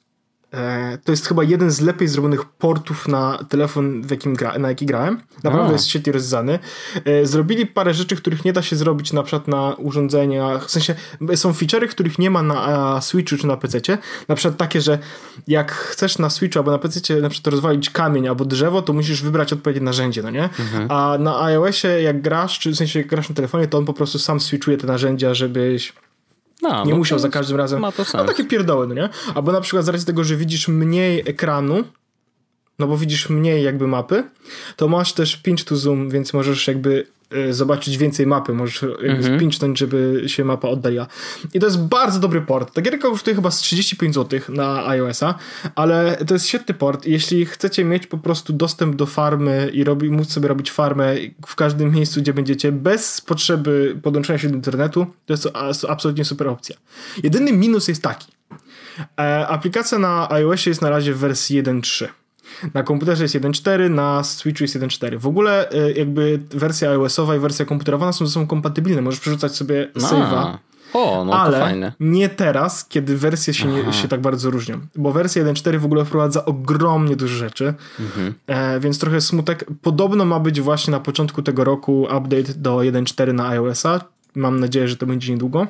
to jest chyba jeden z lepiej zrobionych portów na telefon, w jakim gra, na jaki grałem. Naprawdę A. jest świetnie rozwiązany. Zrobili parę rzeczy, których nie da się zrobić na przykład na urządzeniach. W sensie są feature'y, których nie ma na Switchu czy na pececie. Na przykład takie, że jak chcesz na Switchu albo na pececie na przykład rozwalić kamień albo drzewo, to musisz wybrać odpowiednie narzędzie, no nie? Mhm. A na iOSie jak grasz, czy w sensie jak grasz na telefonie, to on po prostu sam switchuje te narzędzia, żebyś No, nie musiał za każdym razem. Ma to sens. No takie pierdoły, no nie? Albo na przykład z racji tego, że widzisz mniej ekranu, no bo widzisz mniej jakby mapy, to masz też pinch to zoom, więc możesz jakby y, zobaczyć więcej mapy, możesz jakby mhm. wpinchnąć, żeby się mapa oddaliła. I to jest bardzo dobry port. Ta gierka kosztuje chyba z trzydzieści pięć złotych na iOS-a, ale to jest świetny port. Jeśli chcecie mieć po prostu dostęp do farmy i robi, móc sobie robić farmę w każdym miejscu, gdzie będziecie, bez potrzeby podłączenia się do internetu, to jest to absolutnie super opcja. Jedyny minus jest taki. E, aplikacja na iOSie jest na razie w wersji jeden trzy. Na komputerze jest jeden cztery, na Switchu jest jeden cztery. W ogóle jakby wersja iOS-owa i wersja komputerowa są ze sobą kompatybilne. Możesz przerzucać sobie no. save'a. O, no ale to fajne. Nie teraz, kiedy wersje się, nie, się tak bardzo różnią. Bo wersja jeden cztery w ogóle wprowadza ogromnie dużo rzeczy. Mhm. E, więc trochę smutek. Podobno ma być właśnie na początku tego roku update do jeden cztery na iOS-a. Mam nadzieję, że to będzie niedługo.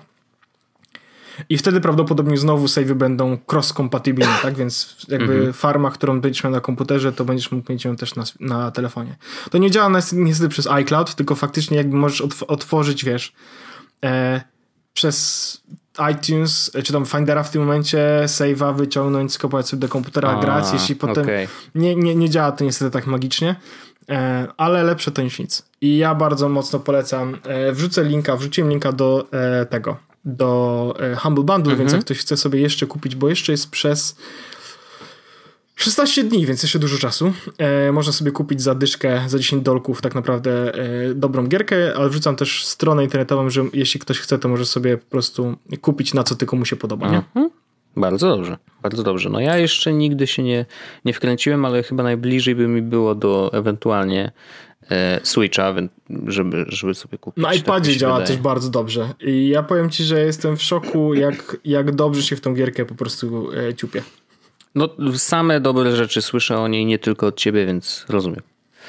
I wtedy prawdopodobnie znowu save'y będą cross-kompatybilne, tak? Więc jakby mhm. farma, którą będziesz miał na komputerze, to będziesz mógł mieć ją też na, na telefonie. To nie działa niestety przez iCloud, tylko faktycznie jakby możesz otw- otworzyć, wiesz, e, przez iTunes, czy tam Findera w tym momencie, save'a wyciągnąć, skopać sobie do komputera, A, grać, jeśli potem... Okay. Nie, nie, nie działa to niestety tak magicznie, e, ale lepsze to niż nic. I ja bardzo mocno polecam. E, wrzucę linka, wrzuciłem linka do e, tego, do e, Humble Bundle, mhm. więc jak ktoś chce sobie jeszcze kupić, bo jeszcze jest przez szesnaście dni, więc jeszcze dużo czasu. E, można sobie kupić za dyszkę, za dziesięć dolków tak naprawdę e, dobrą gierkę, ale wrzucam też stronę internetową, że jeśli ktoś chce, to może sobie po prostu kupić na co tylko mu się podoba. Nie? Mhm. Bardzo dobrze, bardzo dobrze. No ja jeszcze nigdy się nie, nie wkręciłem, ale chyba najbliżej by mi było do ewentualnie e, Switcha, żeby, żeby sobie kupić. Na iPadzie tak działa wydaje. Też bardzo dobrze. I ja powiem ci, że jestem w szoku, jak, jak dobrze się w tą gierkę po prostu e, ciupie. No same dobre rzeczy słyszę o niej, nie tylko od ciebie, więc rozumiem.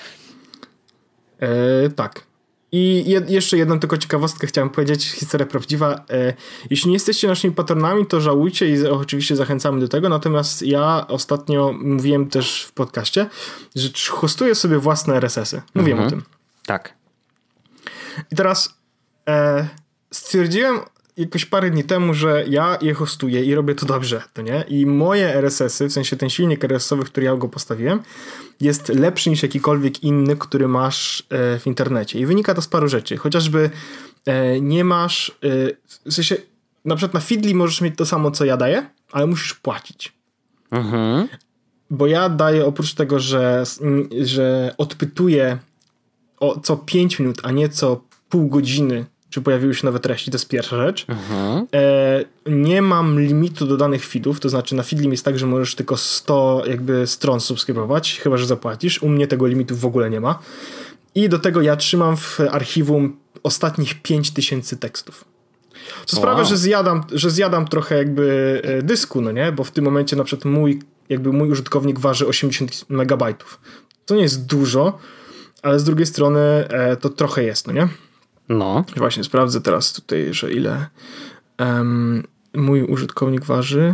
E, tak. I jed, jeszcze jedną tylko ciekawostkę chciałem powiedzieć, historia prawdziwa. E, jeśli nie jesteście naszymi patronami, to żałujcie i oczywiście zachęcamy do tego, natomiast ja ostatnio mówiłem też w podcaście, że hostuję sobie własne er es esy. Mówiłem mhm. o tym. Tak. I teraz e, stwierdziłem jakoś parę dni temu, że ja je hostuję i robię to dobrze, to nie? I moje er es esy, w sensie ten silnik er es esowy, który ja go postawiłem, jest lepszy niż jakikolwiek inny, który masz e, w internecie. I wynika to z paru rzeczy. Chociażby e, nie masz, e, w sensie na przykład na Feedly możesz mieć to samo, co ja daję, ale musisz płacić. Mhm. Bo ja daję oprócz tego, że, że odpytuję o co pięć minut, a nie co pół godziny, czy pojawiły się nowe treści, to jest pierwsza rzecz. Mhm. E, nie mam limitu do danych feedów, to znaczy na Feedly jest tak, że możesz tylko sto jakby stron subskrybować, chyba że zapłacisz. U mnie tego limitu w ogóle nie ma. I do tego ja trzymam w archiwum ostatnich pięć tysięcy tekstów. Co wow. sprawia, że zjadam, że zjadam trochę jakby dysku, no nie? Bo w tym momencie na przykład mój, jakby mój użytkownik waży osiemdziesiąt megabajtów. To nie jest dużo, ale z drugiej strony e, to trochę jest, no nie? No. Właśnie sprawdzę teraz tutaj, że ile um, mój użytkownik waży.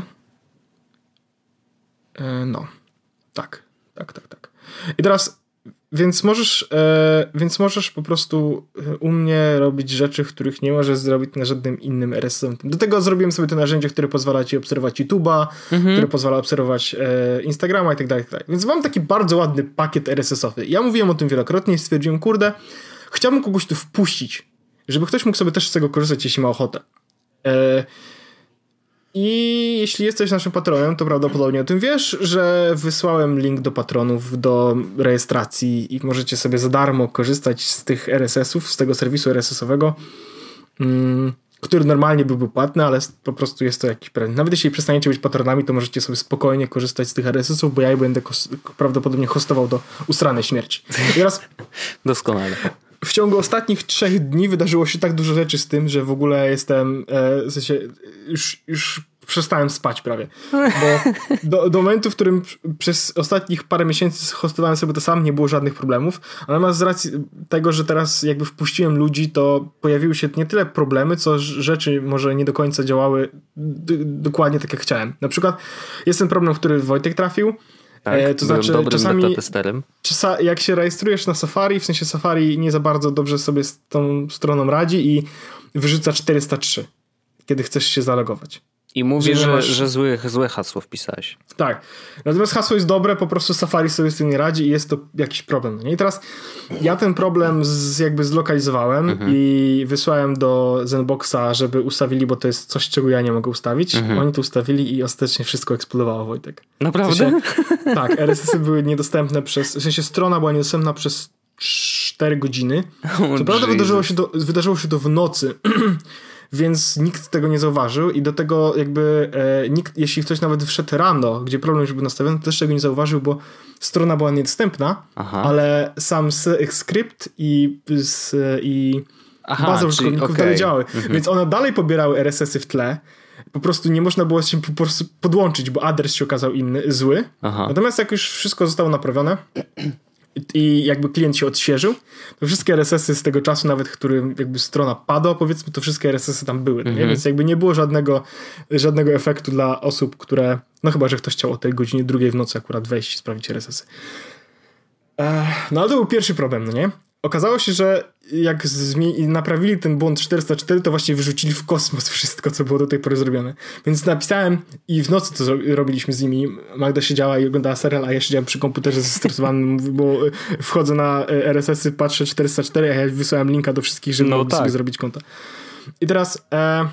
E, no. Tak. Tak, tak, tak. I teraz więc możesz e, więc możesz po prostu u mnie robić rzeczy, których nie możesz zrobić na żadnym innym er es esowym. Do tego zrobiłem sobie to narzędzie, które pozwala ci obserwować YouTube'a, mhm. które pozwala obserwować e, Instagrama i tak dalej, i tak dalej. Więc mam taki bardzo ładny pakiet er es esowy. Ja mówiłem o tym wielokrotnie i stwierdziłem, kurde, chciałbym kogoś tu wpuścić żeby ktoś mógł sobie też z tego korzystać, jeśli ma ochotę. E, I jeśli jesteś naszym patronem, to prawdopodobnie o tym wiesz, że wysłałem link do patronów, do rejestracji i możecie sobie za darmo korzystać z tych er es esów, z tego serwisu er es esowego, mm, który normalnie byłby płatny, ale po prostu jest to jakiś prezent. Nawet jeśli przestaniecie być patronami, to możecie sobie spokojnie korzystać z tych er es esów, bo ja je będę kos- prawdopodobnie hostował do usranej śmierci. I teraz doskonale. W ciągu ostatnich trzech dni wydarzyło się tak dużo rzeczy z tym, że w ogóle jestem, e, w sensie już, już przestałem spać prawie. Bo do, do momentu, w którym przez ostatnich parę miesięcy hostowałem sobie to sam, nie było żadnych problemów. Natomiast z racji tego, że teraz jakby wpuściłem ludzi, to pojawiły się nie tyle problemy, co rzeczy może nie do końca działały d- dokładnie tak, jak chciałem. Na przykład jest ten problem, w który Wojtek trafił. Tak, e, to znaczy dobrym czasami testerem. Czasa, jak się rejestrujesz na Safari, w sensie Safari nie za bardzo dobrze sobie z tą stroną radzi i wyrzuca czterysta trzy, kiedy chcesz się zalogować. I mówi, że, masz... że złe, złe hasło wpisałeś. Tak. Natomiast hasło jest dobre, po prostu Safari sobie z tym nie radzi i jest to jakiś problem. No i teraz ja ten problem z, jakby zlokalizowałem mhm. i wysłałem do Zenboxa, żeby ustawili, bo to jest coś, czego ja nie mogę ustawić. Mhm. Oni to ustawili i ostatecznie wszystko eksplodowało, Wojtek. Naprawdę? W sensie, tak, er es esy były niedostępne przez, w sensie strona była niedostępna przez cztery godziny. Oh, Co prawda wydarzyło się, to, wydarzyło się to w nocy, więc nikt tego nie zauważył i do tego jakby e, nikt, jeśli ktoś nawet wszedł rano, gdzie problem już był nastawiony, to też tego nie zauważył, bo strona była niedostępna, Aha. ale sam skrypt i, i Aha, baza użytkowników okay. dalej działały. Mhm. Więc one dalej pobierały er es esy w tle. Po prostu nie można było się po prostu podłączyć, bo adres się okazał inny, zły. Aha. Natomiast jak już wszystko zostało naprawione i jakby klient się odświeżył, to wszystkie er es esy z tego czasu, nawet którym jakby strona padła, powiedzmy, to wszystkie er es esy tam były. Mm-hmm. Nie? Więc jakby nie było żadnego, żadnego efektu dla osób, które, no chyba, że ktoś chciał o tej godzinie drugiej w nocy akurat wejść i sprawdzić er es esy. Ech, no ale to był pierwszy problem, no nie? Okazało się, że jak zmie- naprawili ten błąd czterysta cztery, to właśnie wyrzucili w kosmos wszystko, co było do tej pory zrobione. Więc napisałem i w nocy to zro- robiliśmy z nimi. Magda siedziała i oglądała serial, a ja siedziałem przy komputerze zestresowany, bo wchodzę na er es esy, patrzę czterysta cztery, a ja wysłałem linka do wszystkich, żeby no mogli tak. sobie zrobić konta. I teraz... E-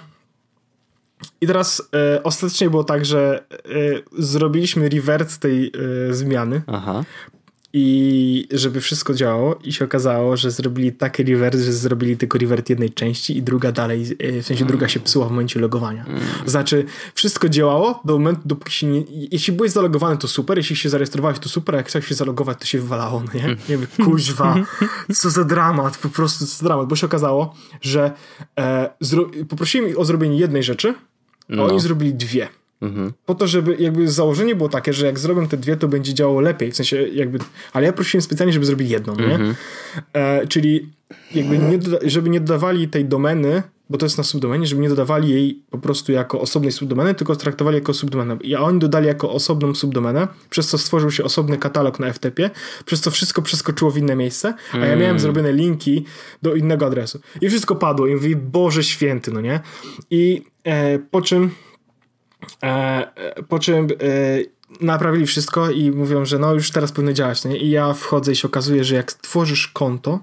I teraz e, ostatecznie było tak, że e, zrobiliśmy revert tej e, zmiany. Aha. I żeby wszystko działało i się okazało, że zrobili taki revert, że zrobili tylko revert jednej części i druga dalej, w sensie druga się psuła w momencie logowania. Mm. Znaczy wszystko działało do momentu, dopóki się nie... Jeśli byłeś zalogowany, to super, jeśli się zarejestrowałeś, to super, a jak chciałeś się zalogować, to się wywalało, no nie? Nie wiem, kuźwa, co za dramat, po prostu co za dramat, bo się okazało, że e, zro... poprosiłem ich o zrobienie jednej rzeczy, a no. oni zrobili dwie. Mhm. Po to, żeby jakby założenie było takie, że jak zrobię te dwie, to będzie działało lepiej, w sensie jakby, ale ja prosiłem specjalnie, żeby zrobili jedną, mhm. nie? E, czyli jakby nie doda- żeby nie dodawali tej domeny, bo to jest na subdomenie, żeby nie dodawali jej po prostu jako osobnej subdomeny, tylko traktowali jako subdomenę. I oni dodali jako osobną subdomenę, przez co stworzył się osobny katalog na F T P, przez co wszystko przeskoczyło w inne miejsce, a ja miałem mm. zrobione linki do innego adresu. I wszystko padło i mówię, Boże święty, no nie? I e, po czym E, po czym e, naprawili wszystko i mówią, że no już teraz powinno działać, nie? I ja wchodzę i się okazuje, że jak tworzysz konto,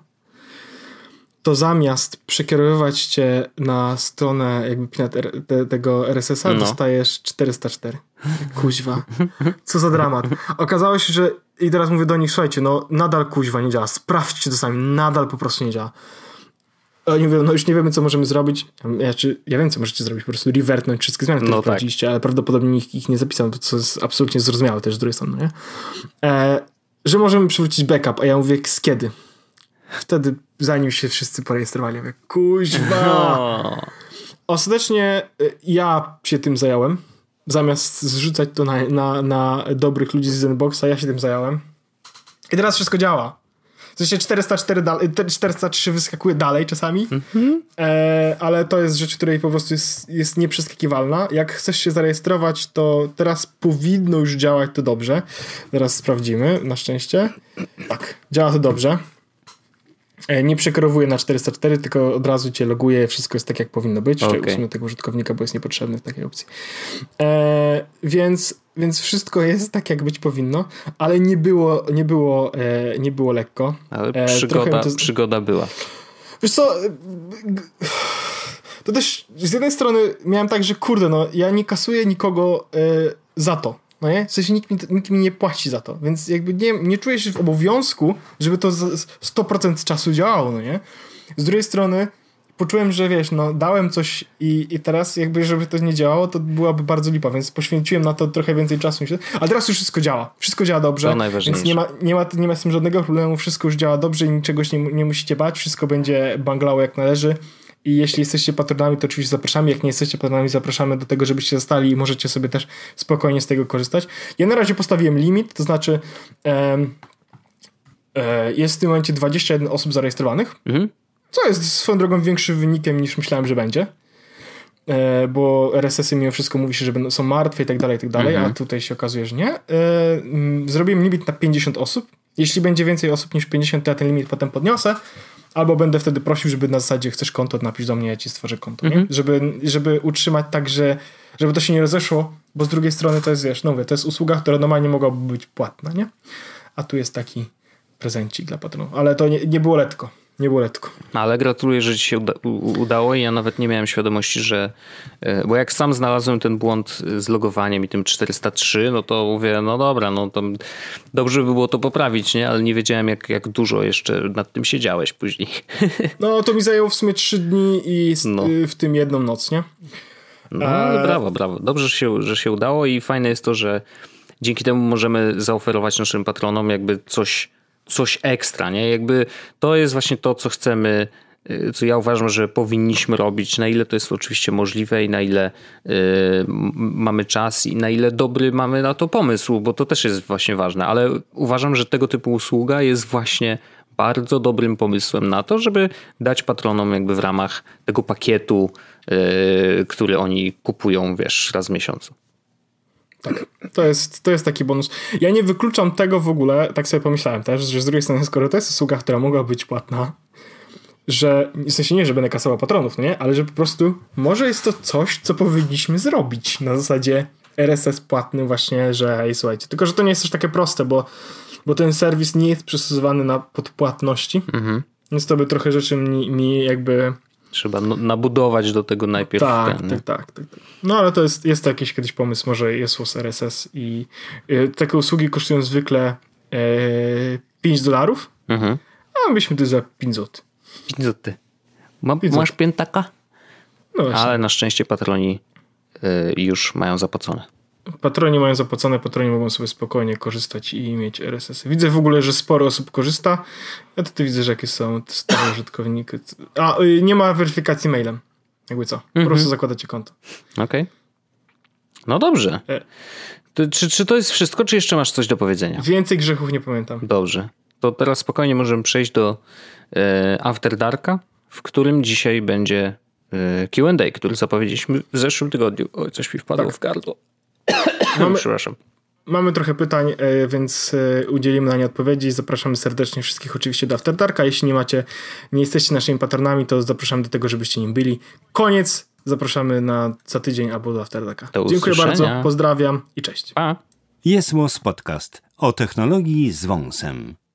to zamiast przekierowywać cię na stronę jakby te, te, tego er es esa, no. dostajesz czterysta cztery. Kuźwa. Co za dramat. Okazało się, że i teraz mówię do nich, słuchajcie, no nadal kuźwa nie działa, sprawdźcie to sami, nadal po prostu nie działa. Oni mówią, no już nie wiemy, co możemy zrobić. Ja, czy, ja wiem, co możecie zrobić, po prostu revertnąć wszystkie zmiany, które no wprowadziliście, tak. ale prawdopodobnie nikt ich nie zapisał, to co jest absolutnie zrozumiałe też z drugiej strony, nie? E, że możemy przywrócić backup, a ja mówię, z kiedy? Wtedy, zanim się wszyscy porejestrowali, ja mówię, kuźwa! No. Ostatecznie ja się tym zająłem. Zamiast zrzucać to na, na, na dobrych ludzi z Zenboxa, ja się tym zająłem. I teraz wszystko działa. W sensie czterysta cztery dalej, czterysta trzy wyskakuje dalej czasami, mm-hmm. e, ale to jest rzecz, której po prostu jest, jest nieprzeskakiwalna. Jak chcesz się zarejestrować, to teraz powinno już działać to dobrze. Zaraz sprawdzimy, na szczęście. Tak, działa to dobrze. E, nie przekierowuje na czterysta cztery, tylko od razu cię loguje, wszystko jest tak, jak powinno być. Okay. Usunę tego użytkownika, bo jest niepotrzebny w takiej opcji. E, więc... Więc wszystko jest tak, jak być powinno, ale nie było, nie było, e, nie było lekko. Ale przygoda, e, to... przygoda była. Wiesz co, to też z jednej strony miałem tak, że kurde, no ja nie kasuję nikogo y, za to, no nie? W sensie nikt mi, nikt mi nie płaci za to, więc jakby nie, nie czuję się w obowiązku, żeby to sto procent czasu działało, no nie? Z drugiej strony poczułem, że wiesz, no dałem coś i, i teraz jakby, żeby to nie działało, to byłaby bardzo lipa, więc poświęciłem na to trochę więcej czasu niż... A teraz już wszystko działa. Wszystko działa dobrze, więc nie ma, nie, ma, nie ma z tym żadnego problemu, wszystko już działa dobrze i niczegoś nie, nie musicie bać, wszystko będzie banglało jak należy i jeśli jesteście patronami, to oczywiście zapraszamy, jak nie jesteście patronami, zapraszamy do tego, żebyście zostali i możecie sobie też spokojnie z tego korzystać. Ja na razie postawiłem limit, to znaczy em, e, jest w tym momencie dwadzieścia jeden osób zarejestrowanych, mhm. Co jest swoją drogą większym wynikiem niż myślałem, że będzie. E, bo R S S-y mimo wszystko mówi się, że będą, są martwe i tak dalej, i tak dalej, mhm. a tutaj się okazuje, że nie. E, m, zrobiłem limit na pięćdziesiąt osób. Jeśli będzie więcej osób niż pięćdziesiąt, to ja ten limit potem podniosę. Albo będę wtedy prosił, żeby na zasadzie chcesz konto, napisz do mnie, ja ci stworzę konto. Mhm. Nie? Żeby, żeby utrzymać tak, że żeby to się nie rozeszło, bo z drugiej strony to jest, wiesz, no mówię, to jest usługa, która normalnie mogłaby być płatna, nie? A tu jest taki prezencik dla patronów. Ale to nie, nie było letko. Nie było letko. Ale gratuluję, że ci się uda- udało i ja nawet nie miałem świadomości, że... Bo jak sam znalazłem ten błąd z logowaniem i tym czterysta trzy, no to mówię, no dobra, no to dobrze by było to poprawić, nie? Ale nie wiedziałem, jak, jak dużo jeszcze nad tym siedziałeś później. No to mi zajęło w sumie trzy dni i no. w tym jedną noc, nie? No ale brawo, brawo. Dobrze, że się, że się udało i fajne jest to, że dzięki temu możemy zaoferować naszym patronom jakby coś coś ekstra, nie? Jakby to jest właśnie to, co chcemy, co ja uważam, że powinniśmy robić, na ile to jest oczywiście możliwe i na ile y, mamy czas i na ile dobry mamy na to pomysł, bo to też jest właśnie ważne, ale uważam, że tego typu usługa jest właśnie bardzo dobrym pomysłem na to, żeby dać patronom jakby w ramach tego pakietu, y, który oni kupują, wiesz, raz w miesiącu. Tak, to jest, to jest taki bonus. Ja nie wykluczam tego w ogóle, tak sobie pomyślałem też, że z drugiej strony, skoro to jest usługa, która mogła być płatna, że w sensie nie, że będę kasował patronów, no nie? Ale że po prostu może jest to coś, co powinniśmy zrobić na zasadzie R S S płatny właśnie, że hej, słuchajcie, tylko że to nie jest też takie proste, bo, bo ten serwis nie jest przystosowany na podpłatności, mhm. więc to by trochę rzeczy mi, mi jakby... Trzeba nabudować do tego najpierw. Tak, ten, tak, tak, tak. No ale to jest, jest to jakiś kiedyś pomysł, może jest R S S i y, takie usługi kosztują zwykle y, pięć dolarów, mhm. a byśmy to za pięć złotych. pięć złotych. Ma, masz piętaka? No właśnie. Ale na szczęście patroni y, już mają zapłacone. Patroni mają zapłacone, patroni mogą sobie spokojnie korzystać i mieć R S S. Widzę w ogóle, że sporo osób korzysta. Ja tutaj widzę, że jakie są stare użytkowniki. A, nie ma weryfikacji mailem. Jakby co? Po mm-hmm. prostu zakładacie konto. Okej. Okay. No dobrze. E. To, czy, czy to jest wszystko, czy jeszcze masz coś do powiedzenia? Więcej grzechów nie pamiętam. Dobrze. To teraz spokojnie możemy przejść do e, After Darka, w którym dzisiaj będzie e, Q and A, który zapowiedzieliśmy w zeszłym tygodniu. Oj, coś mi wpadło tak. w gardło. Mamy, Przepraszam. Mamy trochę pytań, więc udzielimy na nie odpowiedzi. Zapraszamy serdecznie wszystkich oczywiście do After Darka. Jeśli nie macie, nie jesteście naszymi patronami, to zapraszamy do tego, żebyście nim byli. Koniec. Zapraszamy na za tydzień albo do After Darka. Do Dziękuję bardzo, pozdrawiam i cześć. Pa. Jest Podcast o technologii z wąsem.